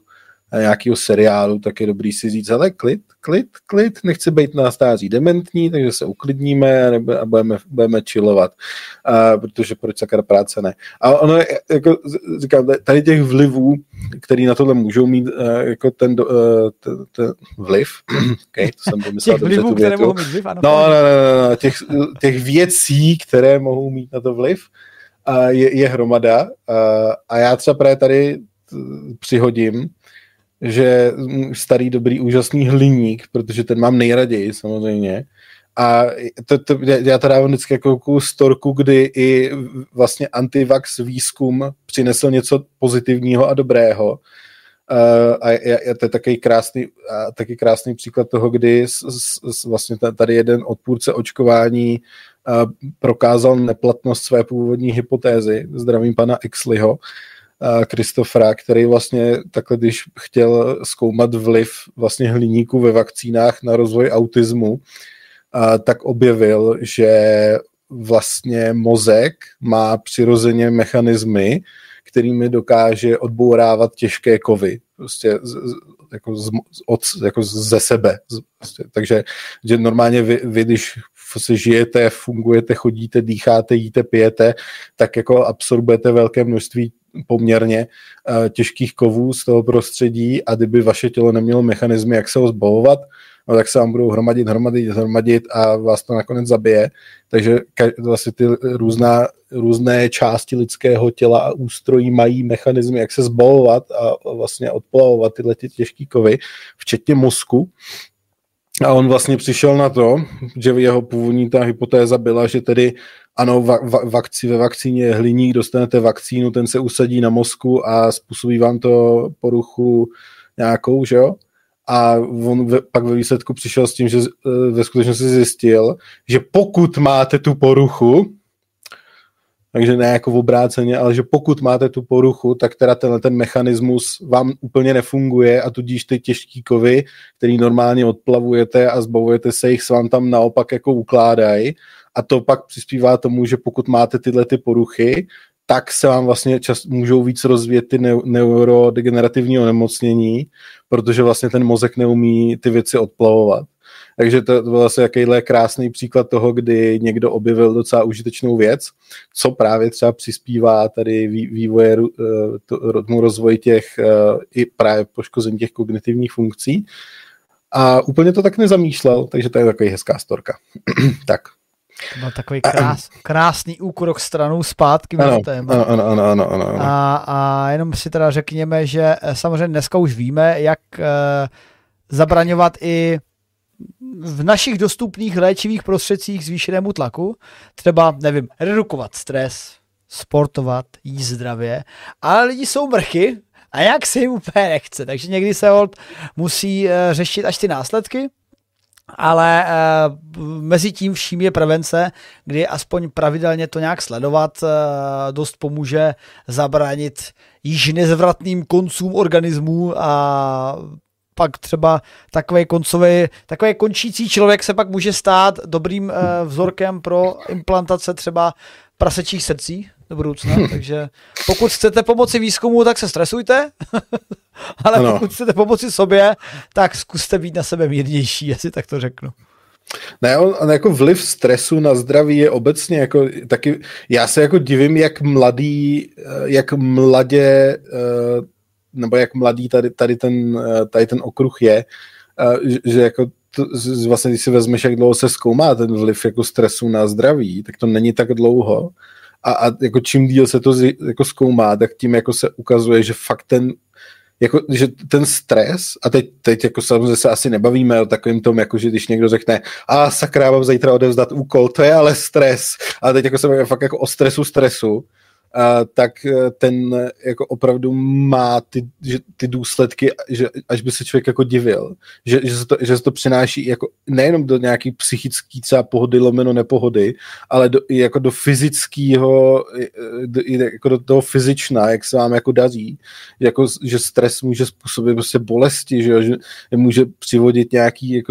B: nějakého seriálu, tak je dobrý si říct, ale klid, nechci být na stáří dementní, takže se uklidníme a budeme chillovat, protože proč sakra práce ne. A ono, jako říkám, tady těch vlivů, který na tohle můžou mít jako ten vliv, okay, to jsem pomyslel
A: těch vlivů, které mohou mít vliv, ano.
B: No, těch věcí, které mohou mít na to vliv, je hromada. A já třeba právě tady přihodím, že starý, dobrý, úžasný hliník, protože ten mám nejraději samozřejmě. A já to dávám vždycky jako storku, kdy i vlastně antivax výzkum přinesl něco pozitivního a dobrého. A to je taky krásný příklad toho, kdy vlastně tady jeden odpůrce očkování prokázal neplatnost své původní hypotézy, zdravím pana Exleyho, Christophera, který vlastně takhle, když chtěl zkoumat vliv vlastně hliníku ve vakcínách na rozvoj autismu, tak objevil, že vlastně mozek má přirozeně mechanismy, kterými dokáže odbourávat těžké kovy, prostě jako ze sebe. Prostě. Takže že normálně vy, když se žijete, fungujete, chodíte, dýcháte, jíte, pijete, tak jako absorbujete velké množství poměrně těžkých kovů z toho prostředí a kdyby vaše tělo nemělo mechanismy, jak se ho zbavovat, no, tak se vám budou hromadit a vás to nakonec zabije. Takže vlastně ty různé části lidského těla a ústrojí mají mechanismy, jak se zbavovat a vlastně odplavovat tyhle těžké kovy, včetně mozku. A on vlastně přišel na to, že jeho původní ta hypotéza byla, že tedy ano, ve vakcíně je hliník, dostanete vakcínu, ten se usadí na mozku a způsobí vám to poruchu nějakou, že jo? A on pak ve výsledku přišel s tím, že ve skutečnosti zjistil, že pokud máte tu poruchu, takže ne jako v obráceně, ale že pokud máte tu poruchu, tak teda ten mechanismus vám úplně nefunguje a tudíž ty těžký kovy, který normálně odplavujete a zbavujete se jich, se vám tam naopak jako ukládají a to pak přispívá tomu, že pokud máte tyhle ty poruchy, tak se vám vlastně můžou víc rozvíjet ty neurodegenerativní onemocnění, protože vlastně ten mozek neumí ty věci odplavovat. Takže to byl vlastně jakýhle krásný příklad toho, kdy někdo objevil docela užitečnou věc, co právě třeba přispívá tady vývoje, tomu rozvoji těch i právě poškození těch kognitivních funkcí. A úplně to tak nezamýšlel, takže to je takový hezká storka. Tak.
A: To byl takový krásný úkrok stranou zpátky.
B: Ano.
A: A jenom si teda řekněme, že samozřejmě dneska už víme, jak zabraňovat i v našich dostupných léčivých prostředcích zvýšenému tlaku. Třeba, nevím, redukovat stres, sportovat, jíst zdravě, ale lidi jsou mrchy a jak se jim úplně nechce. Takže někdy se musí řešit až ty následky, ale mezi tím vším je prevence, kdy aspoň pravidelně to nějak sledovat dost pomůže zabránit již nezvratným koncům organismů a pak třeba takový končící člověk se pak může stát dobrým vzorkem pro implantace třeba prasečích srdcí do budoucna, takže pokud chcete pomoci výzkumu, tak se stresujte, ale pokud chcete pomoci sobě, tak zkuste být na sebe mírnější, jestli tak to řeknu.
B: Ne, on jako vliv stresu na zdraví je obecně jako taky, já se jako divím, jak mladý tady ten okruh je, že jako vlastně, když si vezmeš, jak dlouho se zkoumá ten vliv jako stresu na zdraví, tak to není tak dlouho. A jako čím díl se to jako zkoumá, tak tím jako se ukazuje, že fakt že ten stres, a teď jako samozřejmě se asi nebavíme o takovým tom, jako že když někdo řekne, sakra, mám zítra odevzdat úkol, to je ale stres, ale teď jako se bavíme fakt jako o stresu, tak ten jako opravdu má ty důsledky, že až by se člověk jako divil, že se to přináší jako nejenom do nějaký psychický třeba pohody lomeno nepohody, ale jako do fyzického, jako do toho fyzična, jak se vám jako daří, že stres může způsobit prostě bolesti, že může přivodit nějaký jako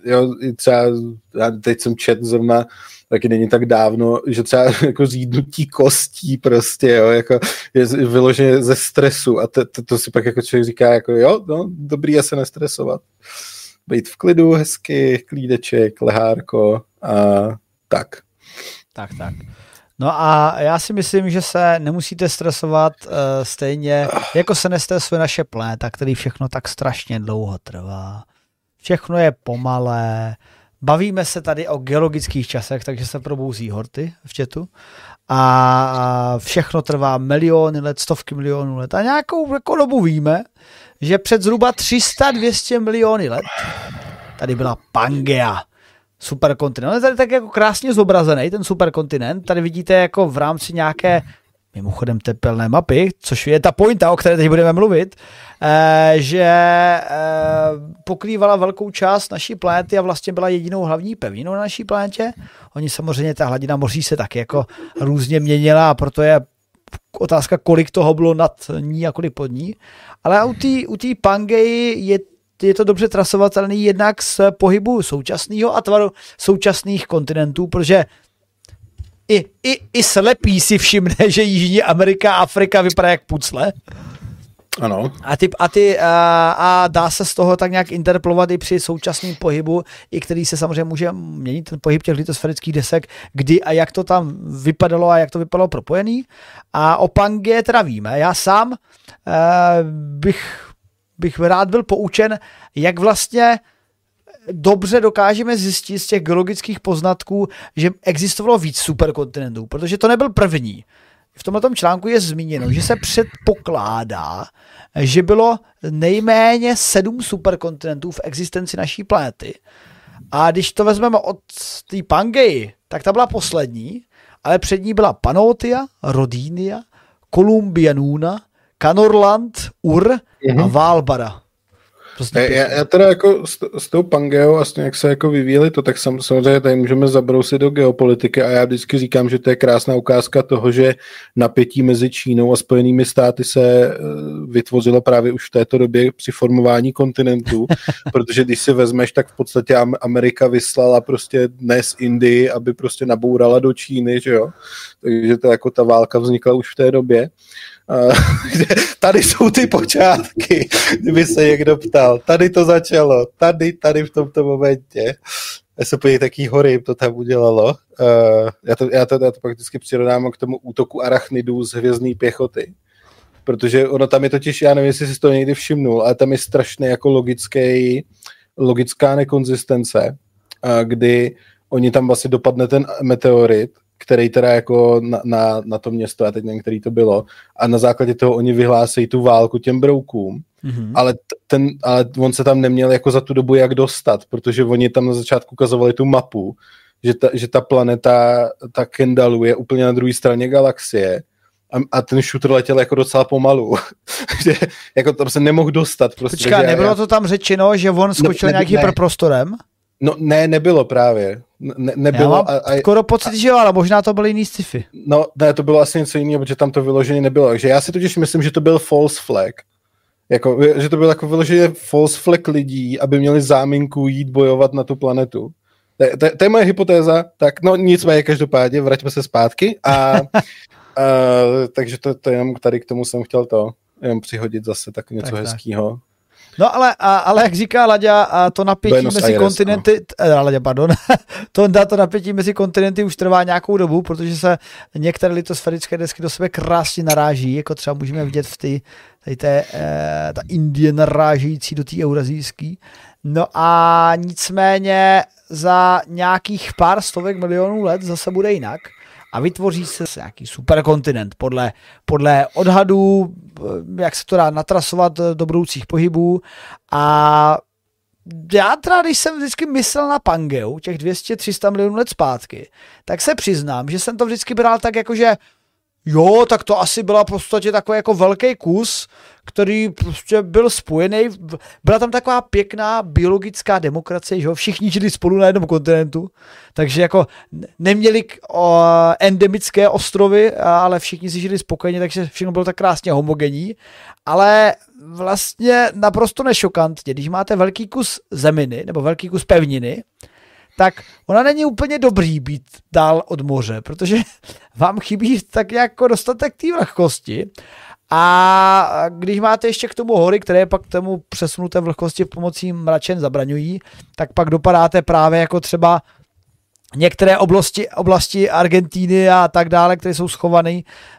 B: jo, třeba, já teď jsem četl zrovna, taky není tak dávno, že třeba jako zjídnutí kostí prostě, jo, jako je vyloženě ze stresu a to si pak jako člověk říká, jako jo, no, dobrý je se nestresovat. Být v klidu, hezky, klídeček, lehárko a tak.
A: Tak. No a já si myslím, že se nemusíte stresovat stejně, jako se nestresuje naše planeta, který všechno tak strašně dlouho trvá. Všechno je pomalé. Bavíme se tady o geologických časech, takže se probouzí horty v chatu. A všechno trvá miliony let, stovky milionů let. A nějakou jako dobu víme, že před zhruba 300-200 miliony let tady byla Pangea. Superkontinent. On je tady tak jako krásně zobrazený, ten superkontinent. Tady vidíte jako v rámci nějaké mimochodem tepelné mapy, což je ta pointa, o které teď budeme mluvit, že pokrývala velkou část naší planety a vlastně byla jedinou hlavní pevninou na naší planetě. Oni samozřejmě, ta hladina moří se taky jako různě měnila a proto je otázka, kolik toho bylo nad ní a kolik pod ní. Ale u té Pangei je to dobře trasovatelný jednak z pohybu současného a tvaru současných kontinentů, protože i slepý si všimne, že Jižní Amerika a Afrika vypadá jak pucle.
B: Ano.
A: A dá se z toho tak nějak interpolovat i při současném pohybu, i který se samozřejmě může měnit, ten pohyb těch litosférických desek, kdy a jak to tam vypadalo a jak to vypadalo propojený. A o Pangee teda víme. Já sám bych rád byl poučen, jak vlastně dobře dokážeme zjistit z těch geologických poznatků, že existovalo víc superkontinentů, protože to nebyl první. V tomto článku je zmíněno, že se předpokládá, že bylo nejméně 7 superkontinentů v existenci naší planety. A když to vezmeme od té Pangei, tak ta byla poslední, ale před ní byla Pannotia, Rodinia, Columbianuna, Canorland, Ur a Valbara.
B: Já teda jako s tou Pangeou vlastně jak se jako vyvíjeli to, tak samozřejmě tady můžeme zabrousit do geopolitiky a já vždycky říkám, že to je krásná ukázka toho, že napětí mezi Čínou a Spojenými státy se vytvořilo právě už v této době při formování kontinentu, protože když si vezmeš, tak v podstatě Amerika vyslala prostě dnes Indii, aby prostě nabourala do Číny, že jo? Takže to jako ta válka vznikla už v té době. Tady jsou ty počátky, kdyby se někdo ptal. Tady to začalo, tady v tomto momentě. Já se podívej, taký hory to tam udělalo. Já to prakticky přirovnám k tomu útoku arachnidů z hvězdné pěchoty. Protože ono tam je totiž, já nevím, jestli jsi to někdy všimnul, ale tam je strašně jako logická nekonzistence, kdy oni tam vlastně dopadne ten meteorit, který teda jako na to město, já teď nevím, který to bylo, a na základě toho oni vyhlásejí tu válku těm broukům, ale on se tam neměl jako za tu dobu jak dostat, protože oni tam na začátku ukazovali tu mapu, že ta planeta, ta Kendalu je úplně na druhé straně galaxie a ten šutr letěl jako docela pomalu. Že jako tam se nemohl dostat. Prostě,
A: počká, nebylo to tam řečeno, že on skočil nějak hyperprostorem?
B: No nebylo právě. Nebylo.
A: Já mám skoro pocit, že jo, ale možná to byl jiný sci-fi.
B: No, ne, to bylo asi něco jiného, protože tam to vyloženě nebylo. Takže já si totiž myslím, že to byl false flag. Jako, že to byl jako vyloženě false flag lidí, aby měli záminku jít bojovat na tu planetu. To je moje hypotéza. Tak, no nicméně každopádně, vraťme se zpátky. Takže to jenom tady k tomu jsem chtěl jenom přihodit zase tak něco hezkýho.
A: No ale jak říká Laďa, to napětí
B: Buenos
A: mezi
B: Aires,
A: kontinenty, to napětí mezi kontinenty už trvá nějakou dobu, protože se některé litosférické desky do sebe krásně naráží, jako třeba můžeme vidět v ta Indie narážející do té eurazijský. No a nicméně za nějakých pár stovek milionů let zase bude jinak. A vytvoří se nějaký superkontinent podle odhadů, jak se to dá natrasovat do budoucích pohybů. A já teda, když jsem vždycky myslel na Pangeu, těch 200-300 milionů let zpátky, tak se přiznám, že jsem to vždycky bral tak jako, že jo, tak to asi byla v podstatě takový jako velký kus, který prostě byl spojený. Byla tam taková pěkná biologická demokracie, že jo, všichni žili spolu na jednom kontinentu, takže jako neměli endemické ostrovy, ale všichni si žili spokojeně, takže všechno bylo tak krásně homogenní, ale vlastně naprosto nešokantně, když máte velký kus zeminy nebo velký kus pevniny, tak ona není úplně dobrý být dál od moře, protože vám chybí tak jako dostatek té vlhkosti. A když máte ještě k tomu hory, které pak tomu přesunuté vlhkosti pomocí mračen zabraňují, tak pak dopadáte právě jako třeba některé oblasti Argentíny a tak dále, které jsou schované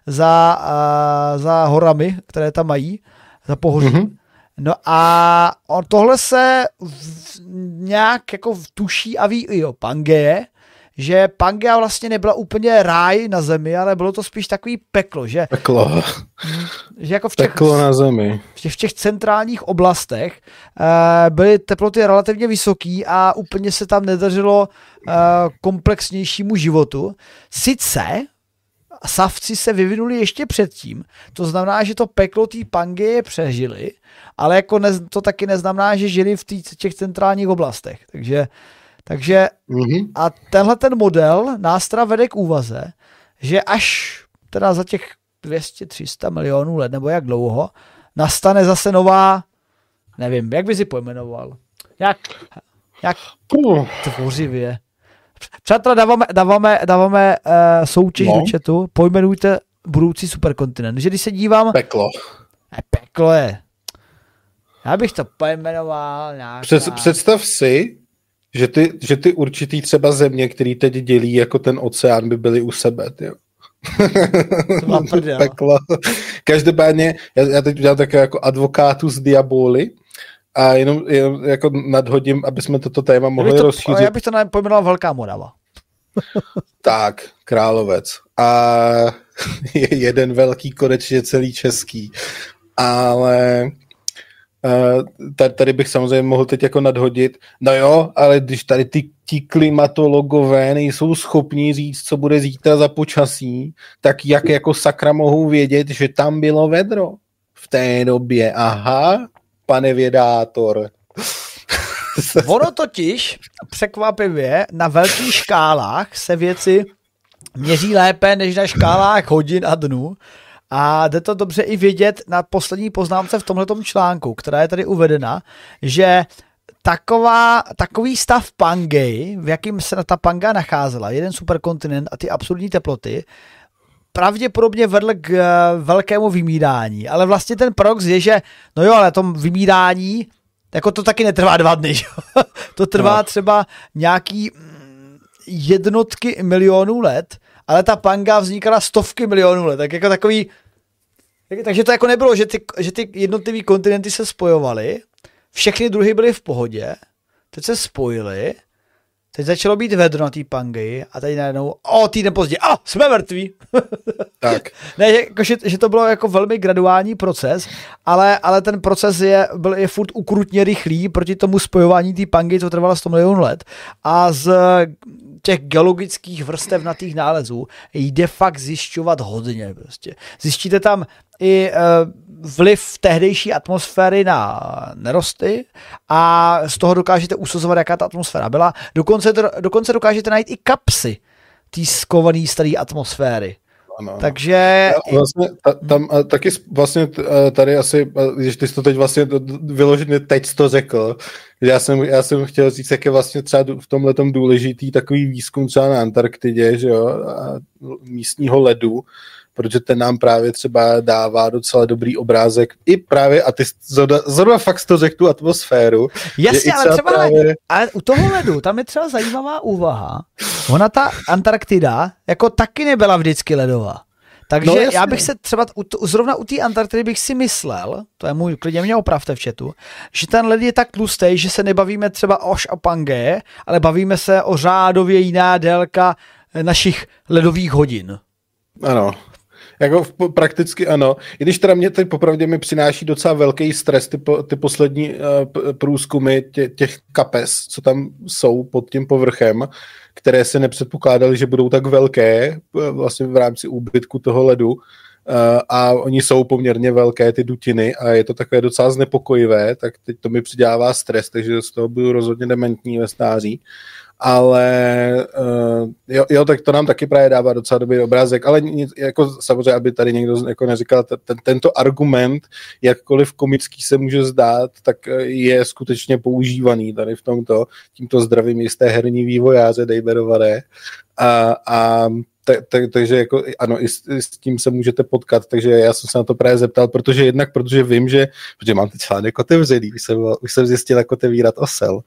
A: za horami, které tam mají, za pohoří. Mm-hmm. No a tohle se nějak jako tuší a ví i o Pangeje, že Pangea vlastně nebyla úplně ráj na zemi, ale bylo to spíš takový peklo, že?
B: Peklo.
A: Že jako
B: peklo na zemi.
A: V těch centrálních oblastech byly teploty relativně vysoký a úplně se tam nedařilo komplexnějšímu životu. Sice savci se vyvinuli ještě předtím, to znamená, že to peklo té Pangeje přežili, ale jako to taky neznamená, že žili v těch centrálních oblastech. Takže a tenhle ten model nás teda vede k úvaze, že až teda za těch 200-300 milionů let, nebo jak dlouho, nastane zase nová, nevím, jak by si pojmenoval, jak tvořivě. Přátelé, dáváme soutěž do chatu, pojmenujte budoucí superkontinent. Že když se dívám...
B: Peklo.
A: Peklo je. Já bych to pojmenoval nějaká...
B: Představ si, že ty určitý třeba země, který teď dělí jako ten oceán, by byly u sebe, jo. Peklo. Každopádně, já teď udělám takové jako advokátus diaboli a jenom jako nadhodím, aby jsme toto téma mohli rozšířit.
A: Já bych to pojmenoval Velká Morava.
B: Tak, Královec. A jeden velký, konečně celý český. Ale... tady bych samozřejmě mohl teď jako nadhodit, no jo, ale když tady ti klimatologové nejsou schopni říct, co bude zítra za počasí, tak jak jako sakra mohou vědět, že tam bylo vedro v té době? Aha, pane vědátor.
A: Ono totiž překvapivě na velkých škálách se věci měří lépe než na škálách hodin a dnů. A jde to dobře i vědět na poslední poznámce v tomhletom článku, která je tady uvedena, že takový stav Pangeji, v jakým se ta Pangea nacházela, jeden superkontinent a ty absurdní teploty, pravděpodobně vedl k velkému vymírání. Ale vlastně ten paradox je, že no jo, ale to vymírání, jako to taky netrvá 2 dny. To trvá třeba nějaký jednotky milionů let, ale ta Pangea vznikala stovky milionů let, tak jako takový, takže to jako nebylo, že ty jednotlivý kontinenty se spojovaly, všechny druhy byly v pohodě, teď se spojily, teď začalo být vedro na té Pangeji a tady najednou, týden později, jsme mrtví.
B: Tak.
A: Ne, že to bylo jako velmi graduální proces, ale ten proces je furt ukrutně rychlý proti tomu spojování té Pangeji, co trvalo 100 milionů let a z těch geologických vrstevnatých nálezů jde fakt zjišťovat hodně. Prostě. Zjistíte tam i vliv tehdejší atmosféry na nerosty a z toho dokážete usuzovat, jaká ta atmosféra byla. Dokonce dokážete najít i kapsy té skované staré atmosféry.
B: Ano.
A: Takže...
B: Vlastně, tam taky vlastně tady asi, když ty jsi to teď vlastně vyloženě teď to řekl, že já jsem chtěl říct, jak je vlastně třeba v tomhletom důležitý takový výzkum třeba na Antarktidě, že jo, a místního ledu, protože ten nám právě třeba dává docela dobrý obrázek i právě, a ty zrovna fakt to řekl tu atmosféru.
A: Jasně, ale třeba ale u toho ledu, tam je třeba zajímavá úvaha. Ona ta Antarktida jako taky nebyla vždycky ledová. Takže já bych se třeba zrovna u té Antarktidy bych si myslel, to je můj, klidně mě opravte v chatu, že ten led je tak tlustý, že se nebavíme třeba o Pangeje, ale bavíme se o řádově jiná délka našich ledových hodin.
B: Ano. Jako prakticky ano. I když teda mě teď popravdě mi přináší docela velký stres ty poslední průzkumy těch kapes, co tam jsou pod tím povrchem, které se nepředpokládali, že budou tak velké vlastně v rámci úbytku toho ledu. A oni jsou poměrně velké, ty dutiny, a je to takové docela znepokojivé, tak teď to mi přidává stres, takže z toho budu rozhodně dementní ve stáří. ale jo, tak to nám taky právě dává docela dobrý obrázek, ale jako samozřejmě, aby tady někdo jako neříkal, tento argument, jakkoliv komický se může zdát, tak je skutečně používaný tady v tímto zdravím jisté herní vývojáře Dejberované a takže jako, ano, i s tím se můžete potkat, takže já jsem se na to právě zeptal, protože vím, že protože mám teď článek otevřený, už jsem zjistil, jak otevírat Osel,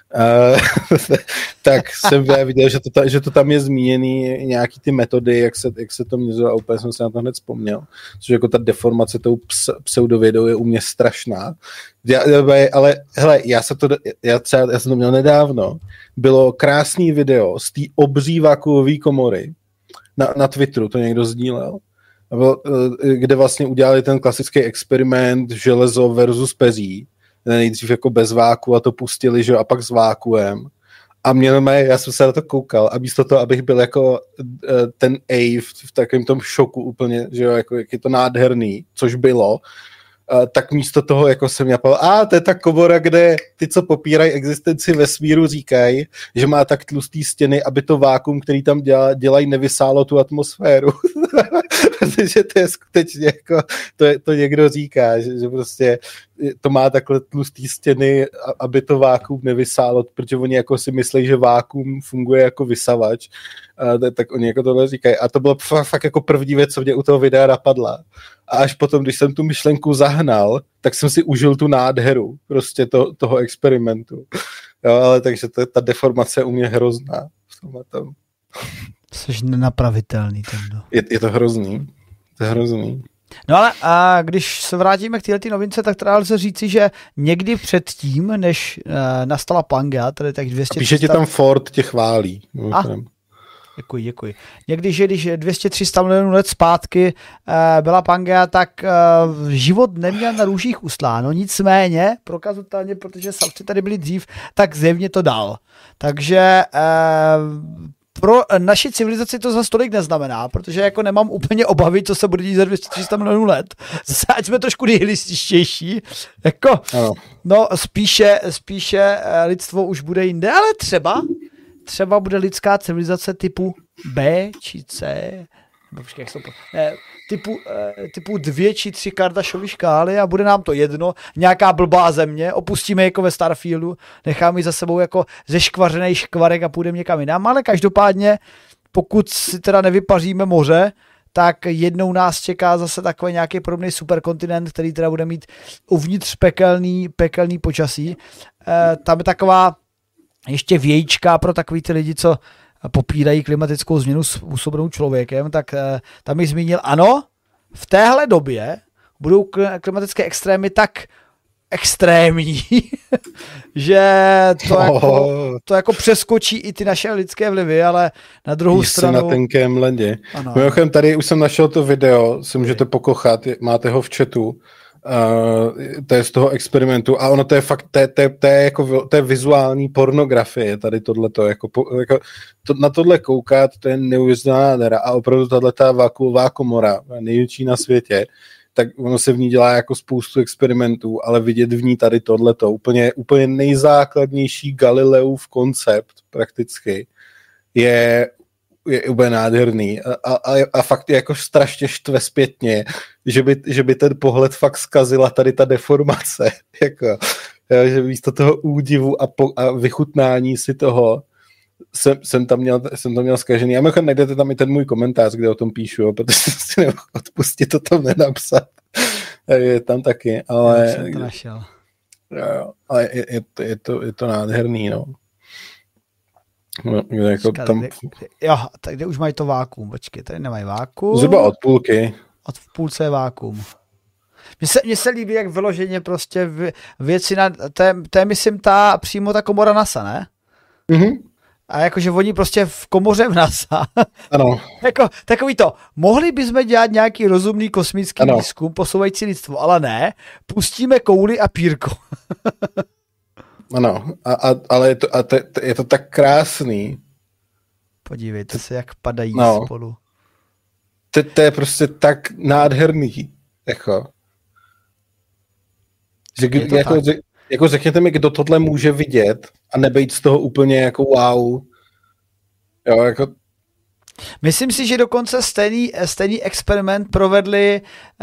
B: tak jsem viděl, že to tam je zmíněný nějaký ty metody, jak se to měřilo a úplně jsem se na to hned vzpomněl, což jako ta deformace tou pseudovědou je u mě strašná. Ale hele, já jsem to měl nedávno, bylo krásný video z té obří vakuové komory, na Twitteru to někdo sdílel, kde vlastně udělali ten klasický experiment železo versus peří, nejdřív jako bez váku a to pustili, že a pak s vákuem. A já jsem se na to koukal a místo toho, abych byl jako ten Ave v takovém tom šoku úplně, že jo, jako jak je to nádherný, což bylo, tak místo toho jako jsem napal, to je ta komora, kde ty, co popírají existenci vesmíru, říkají, že má tak tlustý stěny, aby to vákuum, který tam dělají, nevysálo tu atmosféru. Protože to je skutečně jako, to někdo říká, že prostě to má takhle tlustý stěny, aby to vákuum nevysálo, protože oni jako si myslí, že vákuum funguje jako vysavač, tak oni jako tohle říkají. A to bylo fakt jako první věc, co mě u toho videa napadla. A až potom, když jsem tu myšlenku zahnal, tak jsem si užil tu nádheru prostě toho experimentu. Jo, ale takže ta deformace je u mě hrozná.
A: Jsi nenapravitelný.
B: Je to hrozný. To je hrozný.
A: No ale a když se vrátíme k této novince, tak teda lze říci, že někdy předtím, než nastala Pangea, tedy tak 200...
B: Píše ti tam Ford, tě chválí.
A: Děkuji. Někdy, že když 200-300 milionů let zpátky byla Pangea, tak život neměl na růžích usláno, nicméně prokazatelně, protože savci tady byli dřív, tak zjevně to dal. Takže pro naši civilizaci to zase tolik neznamená, protože jako nemám úplně obavy, co se bude dít za 200-300 milionů let. Zase ať jsme trošku nihilističtější. Jako, no spíše lidstvo už bude jinde, ale třeba bude lidská civilizace typu B či C, typu 2 či 3 Kardashiovy škály a bude nám to jedno, nějaká blbá země, opustíme jako ve Starfieldu, necháme ji za sebou jako zeškvařený škvarek a půjdeme někam jinam, ale každopádně, pokud si teda nevypaříme moře, tak jednou nás čeká zase takový nějaký podobný superkontinent, který teda bude mít uvnitř pekelný počasí. Tam je taková ještě vějíčka pro takový ty lidi, co popírají klimatickou změnu způsobenou člověkem, tak tam bych zmínil, ano, v téhle době budou klimatické extrémy tak extrémní, že to jako přeskočí i ty naše lidské vlivy, ale na druhou stranu...
B: na tenkém ledě. Mimochodem, tady už jsem našel to video, si můžete pokochat, máte ho v chatu, to je z toho experimentu a ono to je fakt, to je vizuální pornografie, tady tohleto, na tohle koukat, to je neuvěřitelná nádhera a opravdu tato vakuová komora, největší na světě, tak ono se v ní dělá jako spoustu experimentů, ale vidět v ní tady tohleto, úplně nejzákladnější Galileův koncept prakticky je úplně nádherný a fakt je jako strašně štve zpětně, že by ten pohled fakt zkazila tady ta deformace, jako, že místo toho údivu a vychutnání si toho jsem tam měl zkažený. A mimochodem najdete tam i ten můj komentář, kde o tom píšu, protože jsem si nemohl odpustit to tam nenapsat. Je tam taky, ale... Ale je to nádherný, no. Jako tam...
A: Jo, tak kde už mají to vákuum, počkej, tady nemají vákuum.
B: Zhruba od půlky.
A: Od půlce je vákuum. Mně se líbí, jak vyloženě prostě věci na, to je myslím přímo ta komora NASA, ne?
B: Mhm.
A: A jakože oni prostě v komoře v NASA.
B: Ano.
A: Jako takový to, mohli bychom dělat nějaký rozumný kosmický výzkum posouvající lidstvo, ale ne, pustíme kouli a pírko.
B: Ano, ale je to tak krásný.
A: Podívejte se, jak padají spolu.
B: To je prostě tak nádherný. Jako. Jako řekněte mi, kdo tohle může vidět a nebejt z toho úplně jako wow. Jo, jako...
A: Myslím si, že dokonce stejný experiment provedli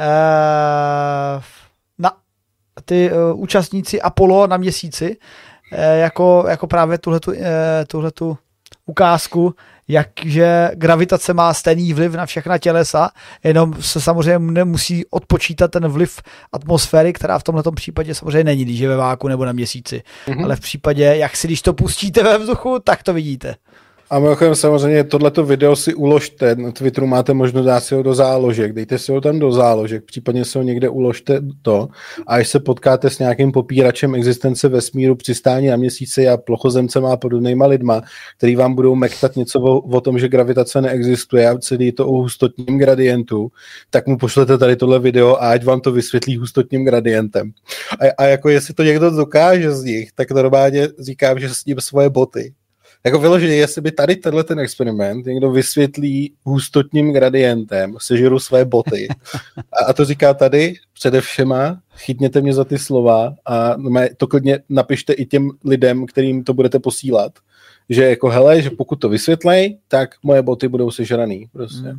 A: na ty účastníci Apollo na Měsíci, jako právě tuhletu ukázku, jakže gravitace má stejný vliv na všechna tělesa, jenom se samozřejmě nemusí odpočítat ten vliv atmosféry, která v tomhletom případě samozřejmě není, když je ve váku nebo na Měsíci. Ale v případě, jak si když to pustíte ve vzduchu, tak to vidíte.
B: A mimochodem samozřejmě tohleto video si uložte, na Twitteru máte možnost dát si ho do záložek, dejte si ho tam do záložek, případně si ho někde uložte to a až se potkáte s nějakým popíračem existence vesmíru, přistání na Měsíci a plochozemcema a podobnýma lidma, který vám budou mektat něco o tom, že gravitace neexistuje a celý to o hustotním gradientu, tak mu pošlete tady tohle video a ať vám to vysvětlí hustotním gradientem. A jako jestli to někdo dokáže z nich, tak normálně říkám, že s ním svoje boty. Jako vyloženě, jestli by tady tenhle ten experiment někdo vysvětlí hustotním gradientem, sežeru své boty. A to říká tady přede všema, chytněte mě za ty slova a to klidně napište i těm lidem, kterým to budete posílat. Že jako hele, že pokud to vysvětlej, tak moje boty budou sežraný. Prostě.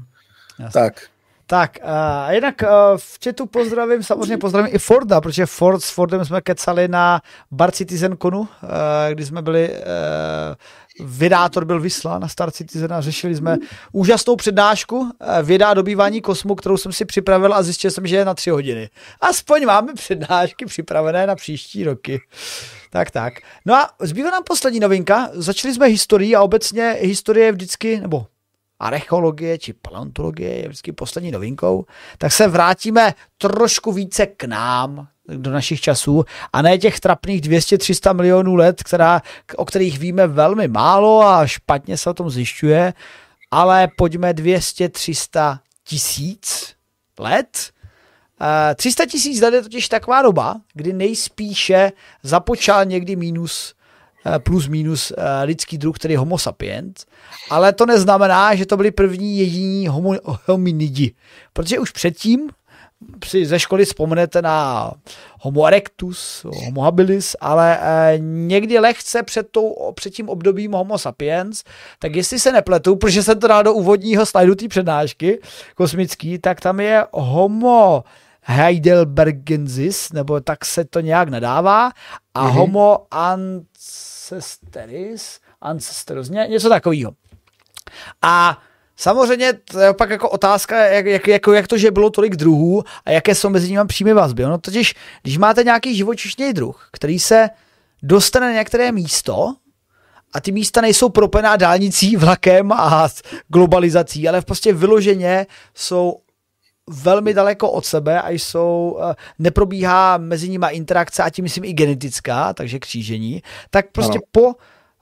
A: Tak, jinak v chatu samozřejmě pozdravím i Forda, protože s Fordem jsme kecali na Bar CitizenConu, kdy jsme byli, vydátor byl vyslán na Star Citizen a řešili jsme úžasnou přednášku věda a dobývání kosmu, kterou jsem si připravil a zjistil jsem, že je na 3 hodiny. Aspoň máme přednášky připravené na příští roky. Tak. No a zbývá nám poslední novinka. Začali jsme historii a obecně historie je vždycky, nebo archeologie či paleontologie je vždycky poslední novinkou, tak se vrátíme trošku více k nám, do našich časů, a ne těch trapných 200-300 milionů let, o kterých víme velmi málo a špatně se o tom zjišťuje, ale pojďme 200-300 tisíc let. 300 tisíc let je totiž taková doba, kdy nejspíše započal někdy plus minus lidský druh, který je homo sapiens, ale to neznamená, že to byli první jediní hominidi, protože už předtím ze školy vzpomenete na homo erectus, homo habilis, ale někdy lehce před tím obdobím homo sapiens, tak jestli se nepletu, protože jsem to dal do úvodního slajdu té přednášky kosmický, tak tam je homo heidelbergensis, nebo tak se to nějak nadává, a homo ancestors, něco takového. A samozřejmě to je pak jako otázka, jak to, že bylo tolik druhů a jaké jsou mezi nimi přímé vazby. No totiž, když máte nějaký živočišný druh, který se dostane na některé místo a ty místa nejsou propojená dálnicí, vlakem a globalizací, ale prostě vyloženě jsou velmi daleko od sebe a neprobíhá mezi nimi interakce a tím myslím i genetická, takže křížení, tak prostě po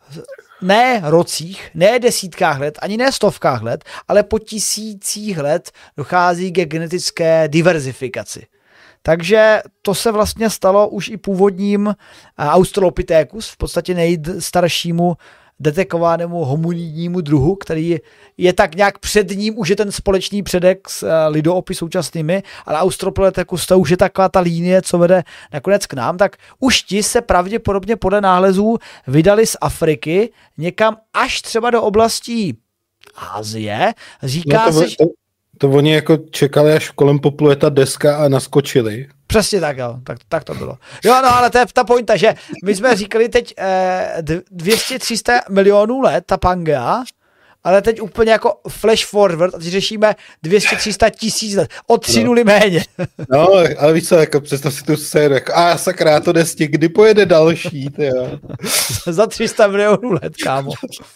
A: ne rocích, ne desítkách let, ani ne stovkách let, ale po tisících let dochází ke genetické diverzifikaci. Takže to se vlastně stalo už i původním Australopithecus, v podstatě nejstaršímu detekovanému hominidnímu druhu, který je tak nějak před ním, už je ten společný předek s lidoopy současnými, ale Australopithecus to už je taková ta línie, co vede nakonec k nám, tak už ti se pravděpodobně podle nálezů vydali z Afriky někam až třeba do oblastí Asie. Říká se,
B: to oni jako čekali, až kolem popluje ta deska a naskočili.
A: Přesně tak, jo. Tak to bylo. Jo, no, ale to je ta pointa, že my jsme říkali teď 200-300 milionů let, ta Pangea, ale teď úplně jako flash forward, a teď řešíme 200-300 tisíc let, o 3 nuly méně.
B: No, ale víš co, jako představ si tu scénu, jako sakra, to nestí, kdy pojede další, tyjo.
A: Za 300 milionů let, kámo.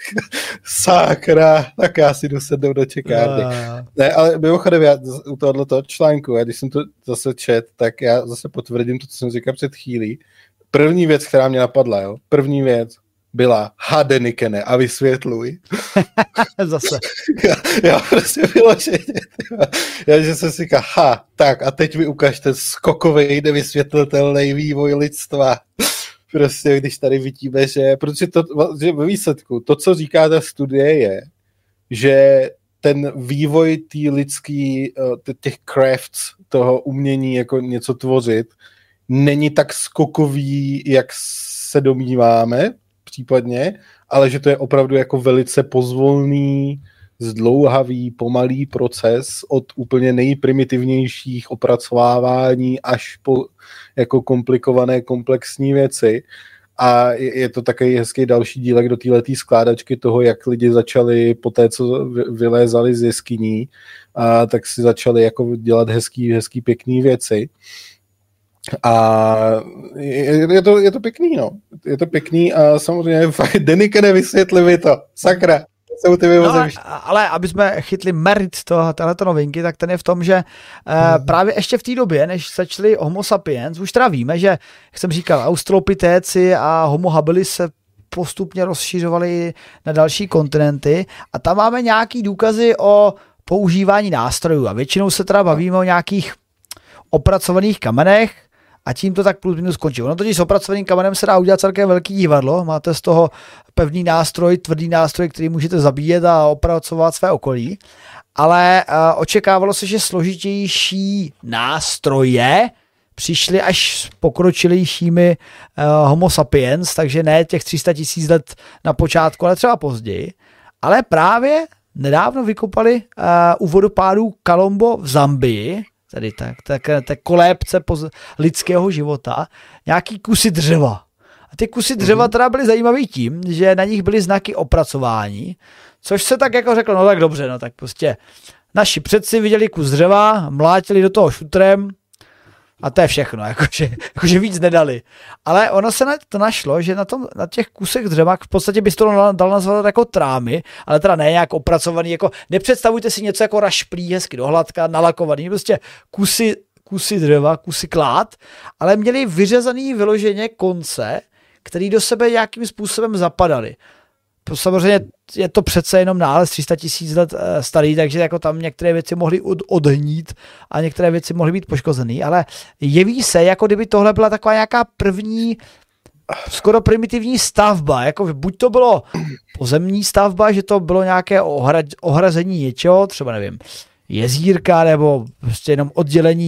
B: Sakra, tak já si jdu sednout do čekárny. Ne, ale mimochodem, já u tohoto článku, když jsem to zase čet, tak já zase potvrdím to, co jsem říkal před chvílí. První věc, která mě napadla, první věc byla Denikene a vysvětluj.
A: Zase.
B: Já prostě vyloženě. Že jsem si říkal, tak a teď mi ukaž ten skokovej, nevysvětlitelný vývoj lidstva. Prostě, když tady vidíme, že protože ve výsledku, to, co říká ta studie, je, že ten vývoj těch crafts, toho umění jako něco tvořit, není tak skokový, jak se domníváme případně, ale že to je opravdu jako velice pozvolný, zdlouhavý, pomalý proces od úplně nejprimitivnějších opracovávání až po jako komplikované komplexní věci. A je to takový hezký další dílek do téhletý skládačky toho, jak lidi začali po té, co vylézali z jeskyní, tak si začali jako dělat hezký pěkný věci. A je to pěkný, no. Je to pěkný a samozřejmě Denike, nevysvětli mi to. Sakra. Jsou ty
A: ale aby jsme chytli merit téhleto novinky, tak ten je v tom, že právě ještě v té době, než začali Homo sapiens, už teda víme, že, jak jsem říkal, australopitéci a Homo habilis se postupně rozšiřovali na další kontinenty a tam máme nějaký důkazy o používání nástrojů a většinou se teda bavíme o nějakých opracovaných kamenech a tím to tak plus minus skončí. Ono totiž s opracovaným kamenem se dá udělat celkem velký divadlo. Máte z toho pevný nástroj, tvrdý nástroj, který můžete zabíjet a opracovat své okolí. Ale očekávalo se, že složitější nástroje přišly až s pokročilejšími Homo sapiens, takže ne těch 300 000 let na počátku, ale třeba později. Ale právě nedávno vykopali u vodopádů Kalombo v Zambii, tady tak kolébce lidského života, nějaký kusy dřeva. A ty kusy dřeva teda byly zajímavý tím, že na nich byly znaky opracování, což se tak jako řeklo, no tak dobře, no tak prostě naši předci viděli kus dřeva, mlátili do toho šutrem a to je všechno, jakože víc nedali. Ale ono se to našlo, že na těch kusech dřeva v podstatě by se to dal nazvat jako trámy, ale teda ne nějak opracovaný, jako nepředstavujte si něco jako rašplí, hezky dohladka, nalakovaný, prostě kusy dřeva, kusy klád, ale měli vyřezaný vyloženě konce, který do sebe nějakým způsobem zapadaly. Samozřejmě je to přece jenom nález 300 000 let starý, takže jako tam některé věci mohly odhnít a některé věci mohly být poškozený, ale jeví se, jako kdyby tohle byla taková nějaká první skoro primitivní stavba, jako buď to bylo pozemní stavba, že to bylo nějaké ohrazení něčeho, třeba nevím, jezírka nebo prostě jenom oddělení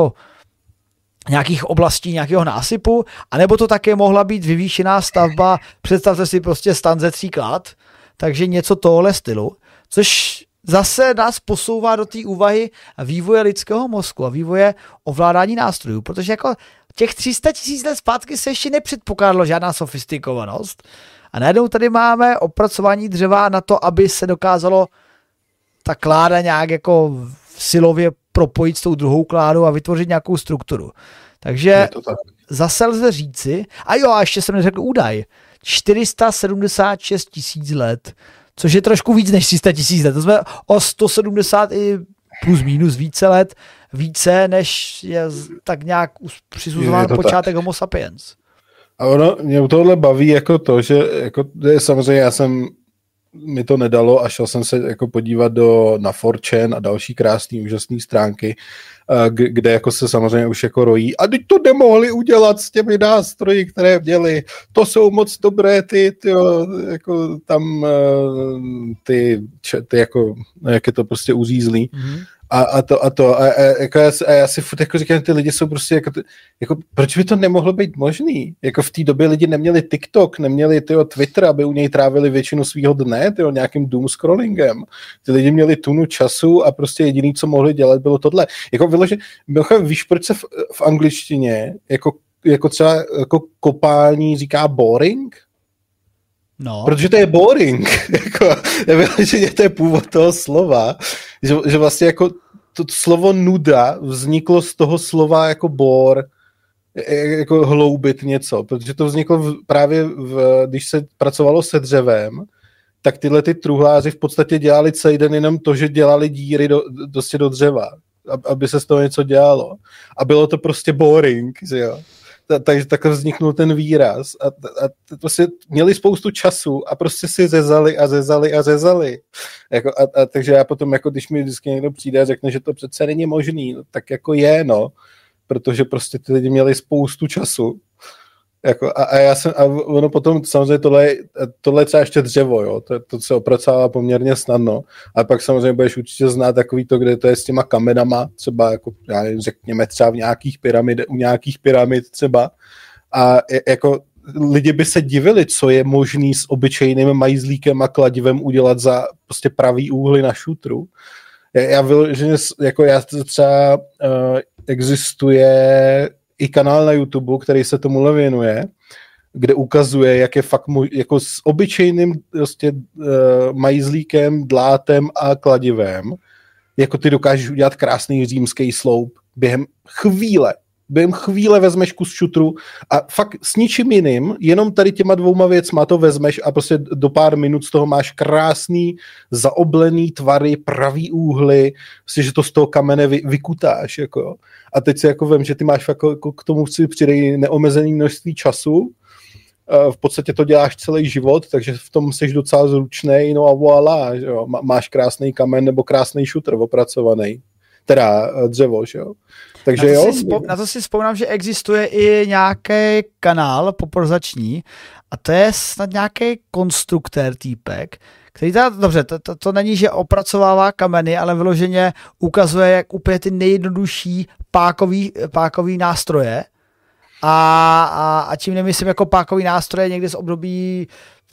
A: nějakých oblastí, nějakého násypu, anebo to také mohla být vyvýšená stavba, představte si prostě stan ze 3 klat, takže něco tohle stylu, což zase nás posouvá do té úvahy vývoje lidského mozku a vývoje ovládání nástrojů, protože jako těch 300 000 let zpátky se ještě nepředpokládalo žádná sofistikovanost a najednou tady máme opracování dřeva na to, aby se dokázalo ta kláda nějak jako silově propojit s tou druhou kládou a vytvořit nějakou strukturu. Takže zase lze říci, a ještě jsem neřekl údaj, 476 000 let, což je trošku víc než 300 000 let. To jsme o 170 i plus minus více let, více než je tak nějak přisuzován počátek Homo sapiens.
B: A mě u tohle baví jako to, že jako, samozřejmě mi to nedalo a šel jsem se jako podívat na 4chan a další krásný, úžasný stránky, kde jako se samozřejmě už jako rojí. A teď to nemohli udělat s těmi nástroji, které měli. To jsou moc dobré jako tam ty jako, jak je to prostě uřízlý. Mm-hmm. A já si furt jako říkám, ty lidi jsou prostě jako proč by to nemohlo být možný? Jako v té době lidi neměli TikTok, neměli Twitter, aby u něj trávili většinu svýho dne nějakým doom scrollingem. Ty lidi měli tunu času a prostě jediný, co mohli dělat, bylo tohle. Jako vyloženě, víš, proč se v angličtině jako třeba jako kopání říká boring?
A: No.
B: Protože to je boring. Vyloženě to je původ toho slova, že vlastně jako to slovo nuda vzniklo z toho slova jako bor, jako hloubit něco, protože to vzniklo právě když se pracovalo se dřevem, tak tyhle ty truhláři v podstatě dělali celý den jenom to, že dělali díry do dřeva, aby se z toho něco dělalo. A bylo to prostě boring, že jo. Takže takhle vzniknul ten výraz a prostě měli spoustu času a prostě si řezali. Jako takže já potom, jako když mi vždycky někdo přijde a řekne, že to přece není možný, no, tak jako je, no, protože prostě ty lidi měli spoustu času Jako, a ono potom samozřejmě tohle je třeba ještě dřevo, jo, to se opracovává poměrně snadno, ale pak samozřejmě budeš určitě znát takový to, kde to je s těma kamenama, třeba jako, já nevím, řekněme třeba u nějakých pyramid třeba, a jako lidi by se divili, co je možný s obyčejným majzlíkem a kladivem udělat za prostě pravý úhly na šutru. Já třeba existuje i kanál na YouTube, který se tomuhle věnuje, kde ukazuje, jak je fakt jako s obyčejným prostě, majzlíkem, dlátem a kladivem, jako ty dokážeš udělat krásný římský sloup během chvíle vezmeš kus šutru a fakt s ničím jiným, jenom tady těma dvouma věcma to vezmeš a prostě do pár minut z toho máš krásný, zaoblený tvary, pravý úhly, prostě, že to z toho kamene vykutáš. Jako. A teď si jako vem, že ty máš jako k tomu si přidej neomezený množství času, v podstatě to děláš celý život, takže v tom jsi docela zručnej, no a voilà, že jo? Máš krásný kamen nebo krásný šutr opracovaný. Teda dřevo, že jo. Takže
A: na to si vzpomínám, že existuje i nějaký kanál poprozační a to je snad nějaký konstruktér týpek, který dobře, to není, že opracovává kameny, ale vyloženě ukazuje, jak úplně ty nejjednodušší pákový nástroje a tím nemyslím jako pákový nástroje někdy z období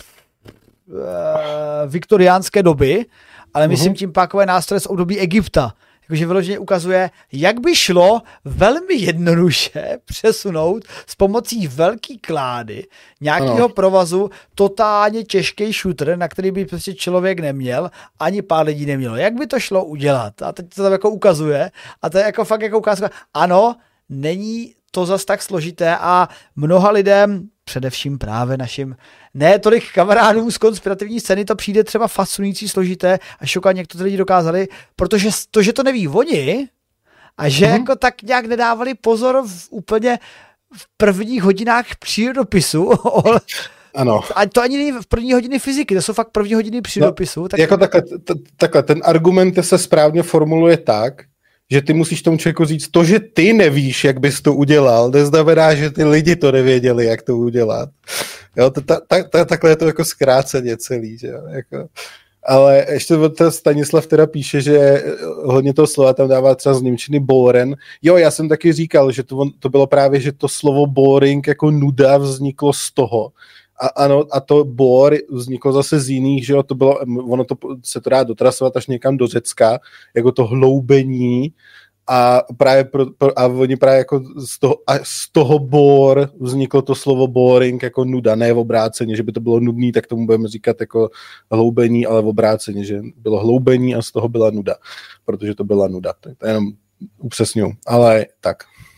A: viktoriánské doby, ale myslím tím pákové nástroje z období Egypta. Jakože vyloženě ukazuje, jak by šlo velmi jednoduše přesunout s pomocí velký klády nějakého provazu totálně těžký šutr, na který by prostě člověk neměl, ani pár lidí nemělo. Jak by to šlo udělat? A teď to tam jako ukazuje a to je jako fakt jako ukázka. Ano, není to zas tak složité a mnoha lidem, především právě našim ne tolik kamarádům z konspirativní scény, to přijde třeba fascinující, složité a šokantně, jak to ty lidi dokázali, protože to, že to neví oni a že jako tak nějak nedávali pozor úplně v prvních hodinách přírodopisu.
B: Ano.
A: A to ani není v první hodiny fyziky, to jsou fakt první hodiny přírodopisu.
B: No, tak jako takhle, ten argument se správně formuluje tak, že ty musíš tomu člověku říct, to, že ty nevíš, jak bys to udělal, neznamená, že ty lidi to nevěděli, jak to udělat. Jo, takhle je to jako zkráceně celý, že jo, jako. Ale ještě ten Stanislav teda píše, že hodně toho slova tam dává třeba z němčiny boren. Jo, já jsem taky říkal, že to bylo právě, že to slovo boring jako nuda vzniklo z toho. A to bor vzniklo zase z jiných, že jo, ono se to dá dotrasovat až někam do Řecka, jako to hloubení a právě a oni právě jako z toho bor vzniklo to slovo boring jako nuda, ne v obráceně, že by to bylo nudný, tak tomu budeme říkat jako hloubení, ale v obráceně, že bylo hloubení a z toho byla nuda, protože to byla nuda. Tak to jenom upřesňuji, ale tak.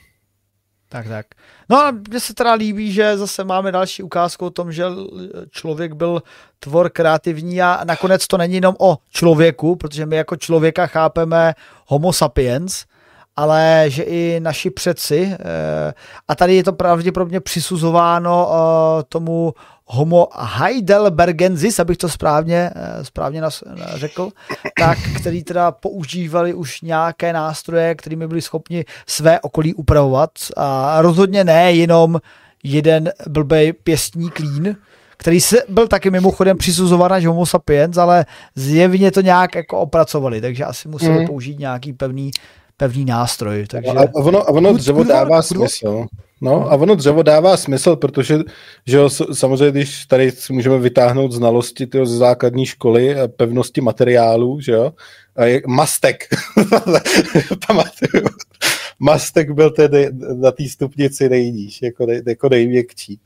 A: Tak. No a mně se teda líbí, že zase máme další ukázku o tom, že člověk byl tvor kreativní a nakonec to není jenom o člověku, protože my jako člověka chápeme homo sapiens, ale že i naši předci, a tady je to pravděpodobně přisuzováno tomu homo heidelbergensis, abych to správně řekl, tak, který teda používali už nějaké nástroje, kterými byli schopni své okolí upravovat a rozhodně ne jenom jeden blbej pěstní klín, který byl taky mimochodem přisuzován až homo sapiens, ale zjevně to nějak jako opracovali, takže asi museli použít nějaký pevný nástroj. Takže...
B: A ono dřevo dává smysl. No a ono dřevo dává smysl, protože že jo, samozřejmě, když tady můžeme vytáhnout znalosti ze základní školy a pevnosti materiálů, že jo, a mastek. Pamatuju. Mastek byl tedy na té stupnici nejníž, jako nejměkčí.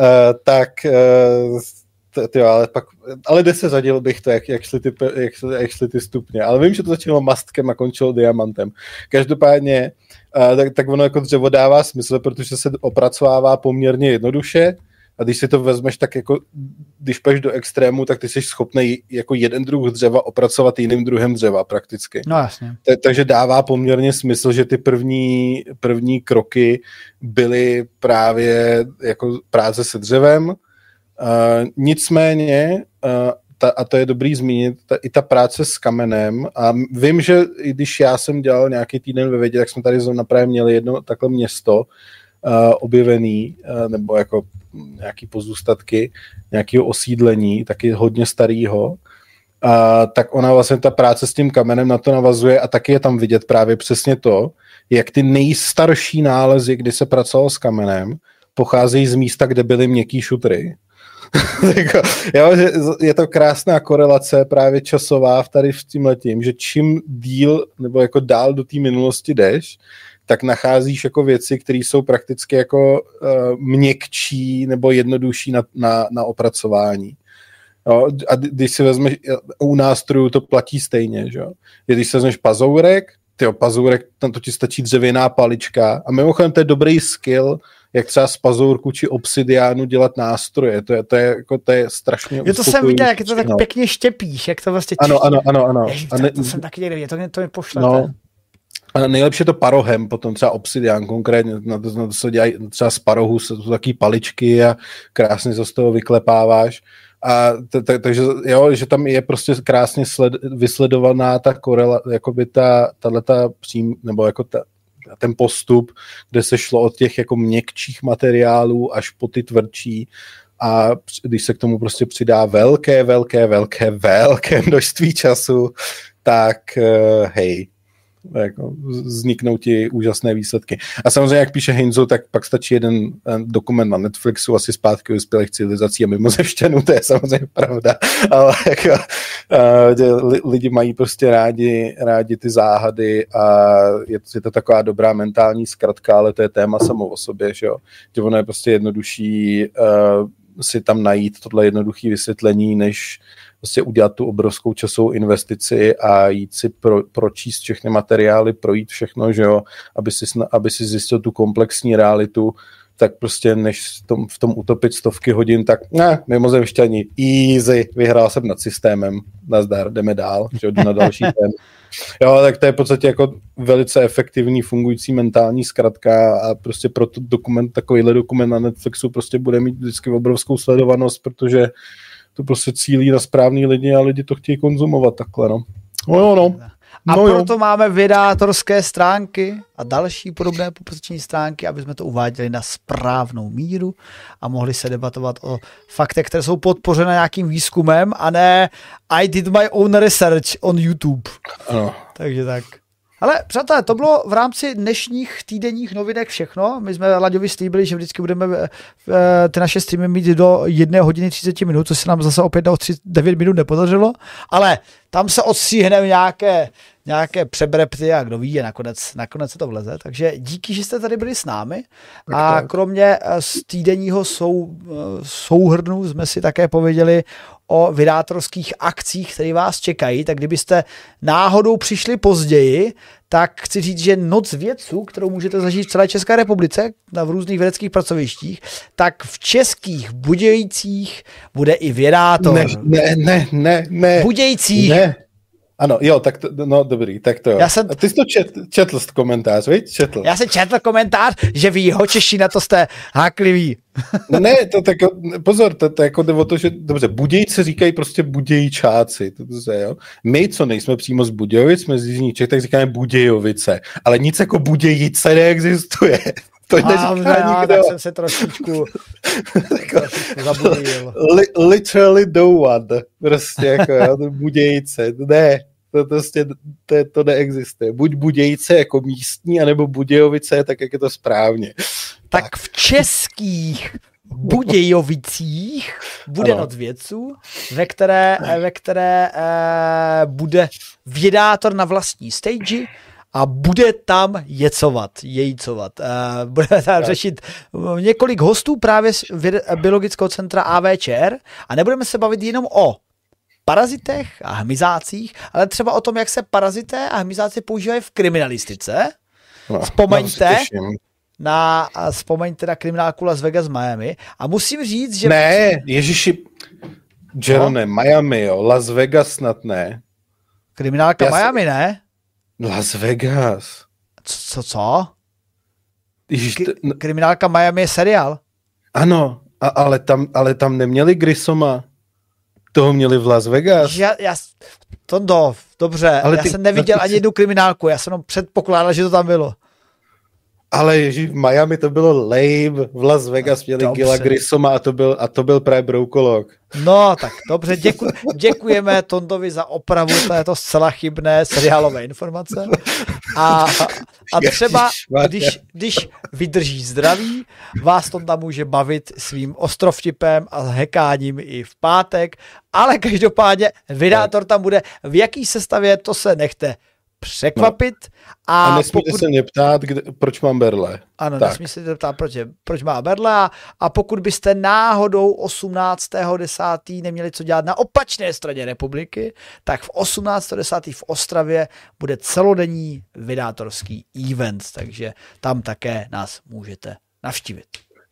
B: Ale kde se zadil bych to, jak šly ty stupně. Ale vím, že to začalo mastkem a končilo diamantem. Každopádně tak ono jako dřevo dává smysl, protože se opracovává poměrně jednoduše a když si to vezmeš tak jako, když půjdeš do extrému, tak ty jsi schopný jako jeden druh dřeva opracovat jiným druhem dřeva prakticky.
A: No jasně.
B: Takže dává poměrně smysl, že ty první kroky byly právě jako práce se dřevem. Nicméně, a to je dobrý zmínit, i ta práce s kamenem, a vím, že i když já jsem dělal nějaký týden ve vědě, tak jsme tady právě měli jedno takhle město objevený, nebo jako nějaký pozůstatky nějakého osídlení, taky hodně starýho, tak ona vlastně ta práce s tím kamenem na to navazuje a taky je tam vidět právě přesně to, jak ty nejstarší nálezy, kdy se pracovalo s kamenem, pocházejí z místa, kde byly měkký šutry. Je to krásná korelace právě časová tady v tímhletím, že čím díl nebo jako dál do té minulosti jdeš, tak nacházíš jako věci, které jsou prakticky jako měkčí nebo jednodušší na opracování. Jo, a když si vezmeš, u nástrojů to platí stejně, že jo. Když si vezmeš pazourek, pazourek, tam to ti stačí dřevěná palička a mimochodem to je dobrý skill, jak třeba z pazourku či obsidiánu dělat nástroje. To je strašně
A: uspokojující. To jsem viděl, jak to tak pěkně štěpíš, jak to vlastně
B: Ano.
A: Ježiš, to jsem taky někde viděl, to mi pošlete.
B: No. A nejlepší je to parohem, potom třeba obsidián konkrétně, na to se dělají třeba z parohu, jsou taky paličky a krásně se z toho vyklepáváš. A takže jo, že tam je prostě krásně vysledovaná ta korela, jakoby nebo jako ten postup, kde se šlo od těch jako měkčích materiálů až po ty tvrdší a když se k tomu prostě přidá velké množství času, tak hej, jako vzniknou ti úžasné výsledky. A samozřejmě, jak píše Heinzu, tak pak stačí jeden dokument na Netflixu, asi Zpátky vyspělých civilizací a mimozemšťanů, to je samozřejmě pravda, ale jako, lidi mají prostě rádi ty záhady a je to taková dobrá mentální zkratka, ale to je téma samo o sobě, že jo? Že ono je prostě jednodušší si tam najít tohle jednoduché vysvětlení, než prostě udělat tu obrovskou časovou investici a jít si pročíst všechny materiály, projít všechno, že jo, aby si zjistil tu komplexní realitu, tak prostě než v tom utopit stovky hodin, tak mimozemšťani, easy, vyhrál jsem nad systémem, nazdar, jdeme dál, že jdu na další téma. Jo, tak to je v podstatě jako velice efektivní fungující mentální zkratka a prostě pro takovýhle dokument na Netflixu prostě bude mít vždycky obrovskou sledovanost, protože to prostě cílí na správný lidi a lidi to chtějí konzumovat takhle, no.
A: A proto máme vydátorské stránky a další podobné publikační stránky, aby jsme to uváděli na správnou míru a mohli se debatovat o faktech, které jsou podpořené nějakým výzkumem a ne I did my own research on YouTube.
B: Ano.
A: Takže tak. Ale přátelé, to bylo v rámci dnešních týdenních novinek všechno. My jsme Laďovi slíbili, že vždycky budeme ty naše streamy mít do 1 hodiny 30 minut, což se nám zase opět do 9 minut nepodařilo, ale tam se odstříhneme nějaké přebrepty a kdo ví, a nakonec se to vleze. Takže díky, že jste tady byli s námi a kromě z týdenního souhrnu jsme si také pověděli o vydátorských akcích, které vás čekají, tak kdybyste náhodou přišli později, tak chci říct, že Noc vědců, kterou můžete zažít v celé České republice v různých vědeckých pracovištích, tak v Českých Budějcích bude i vydátor.
B: Ne.
A: Budějcích.
B: Ne. Ano, jo, tak to, no dobrý, tak to jo. A ty jsi to četl komentář, viď? Četl.
A: Já jsem četl komentář, že vy Jihočeši na to jste hákliví.
B: No ne, to tak, pozor, to jako jde o to, že dobře, Budějci říkají prostě Budějčáci, jo. My, co nejsme přímo z Budějovic, jsme z jižních Čech, tak říkáme Budějovice, ale nic jako Budějice neexistuje. To neříká nikdo.
A: Tak jsem se trošičku zabudil.
B: Literally no one. Prostě jako, jo, Budějice. Ne, to neexistuje. Buď Budějice jako místní, anebo Budějovice, tak jak je to správně.
A: Tak v Českých Budějovicích bude Noc vědců, ve které bude vědátor na vlastní stage a bude tam jejcovat. Budeme tam řešit několik hostů právě z biologického centra AVČR a nebudeme se bavit jenom o parazitech a hmyzácích, ale třeba o tom, jak se parazité a hmyzáci používají v kriminalistice. Vzpomeňte na kriminálku Las Vegas Miami a musím říct, že...
B: Ne, ježiši, Jerone, Miami, jo, Las Vegas snad ne.
A: Kriminálka Miami, ne?
B: Las Vegas.
A: Co? Kriminálka Miami je seriál.
B: Ano, ale tam neměli Grissoma. Toho měli v Las Vegas.
A: Dobře, ale já jsem neviděl ani jednu kriminálku, já jsem předpokládal, že to tam bylo.
B: Ale ježi, v Miami to bylo lame, v Las Vegas měli Gila Grissoma a to byl právě Broukolog.
A: No, tak dobře, děkujeme Tondovi za opravu této zcela chybné seriálové informace. A třeba, když vydrží zdraví, vás Tonda může bavit svým ostrovtipem a hekáním i v pátek, ale každopádně Vydátor tam bude. V jaký sestavě, to se nechte překvapit. No.
B: A nesmíte se mě ptát, proč mám berle.
A: Ano, nesmíte se ptát, proč má berle. A pokud byste náhodou 18.10. neměli co dělat na opačné straně republiky, tak v 18.10. v Ostravě bude celodenní vydátorský event, takže tam také nás můžete navštívit.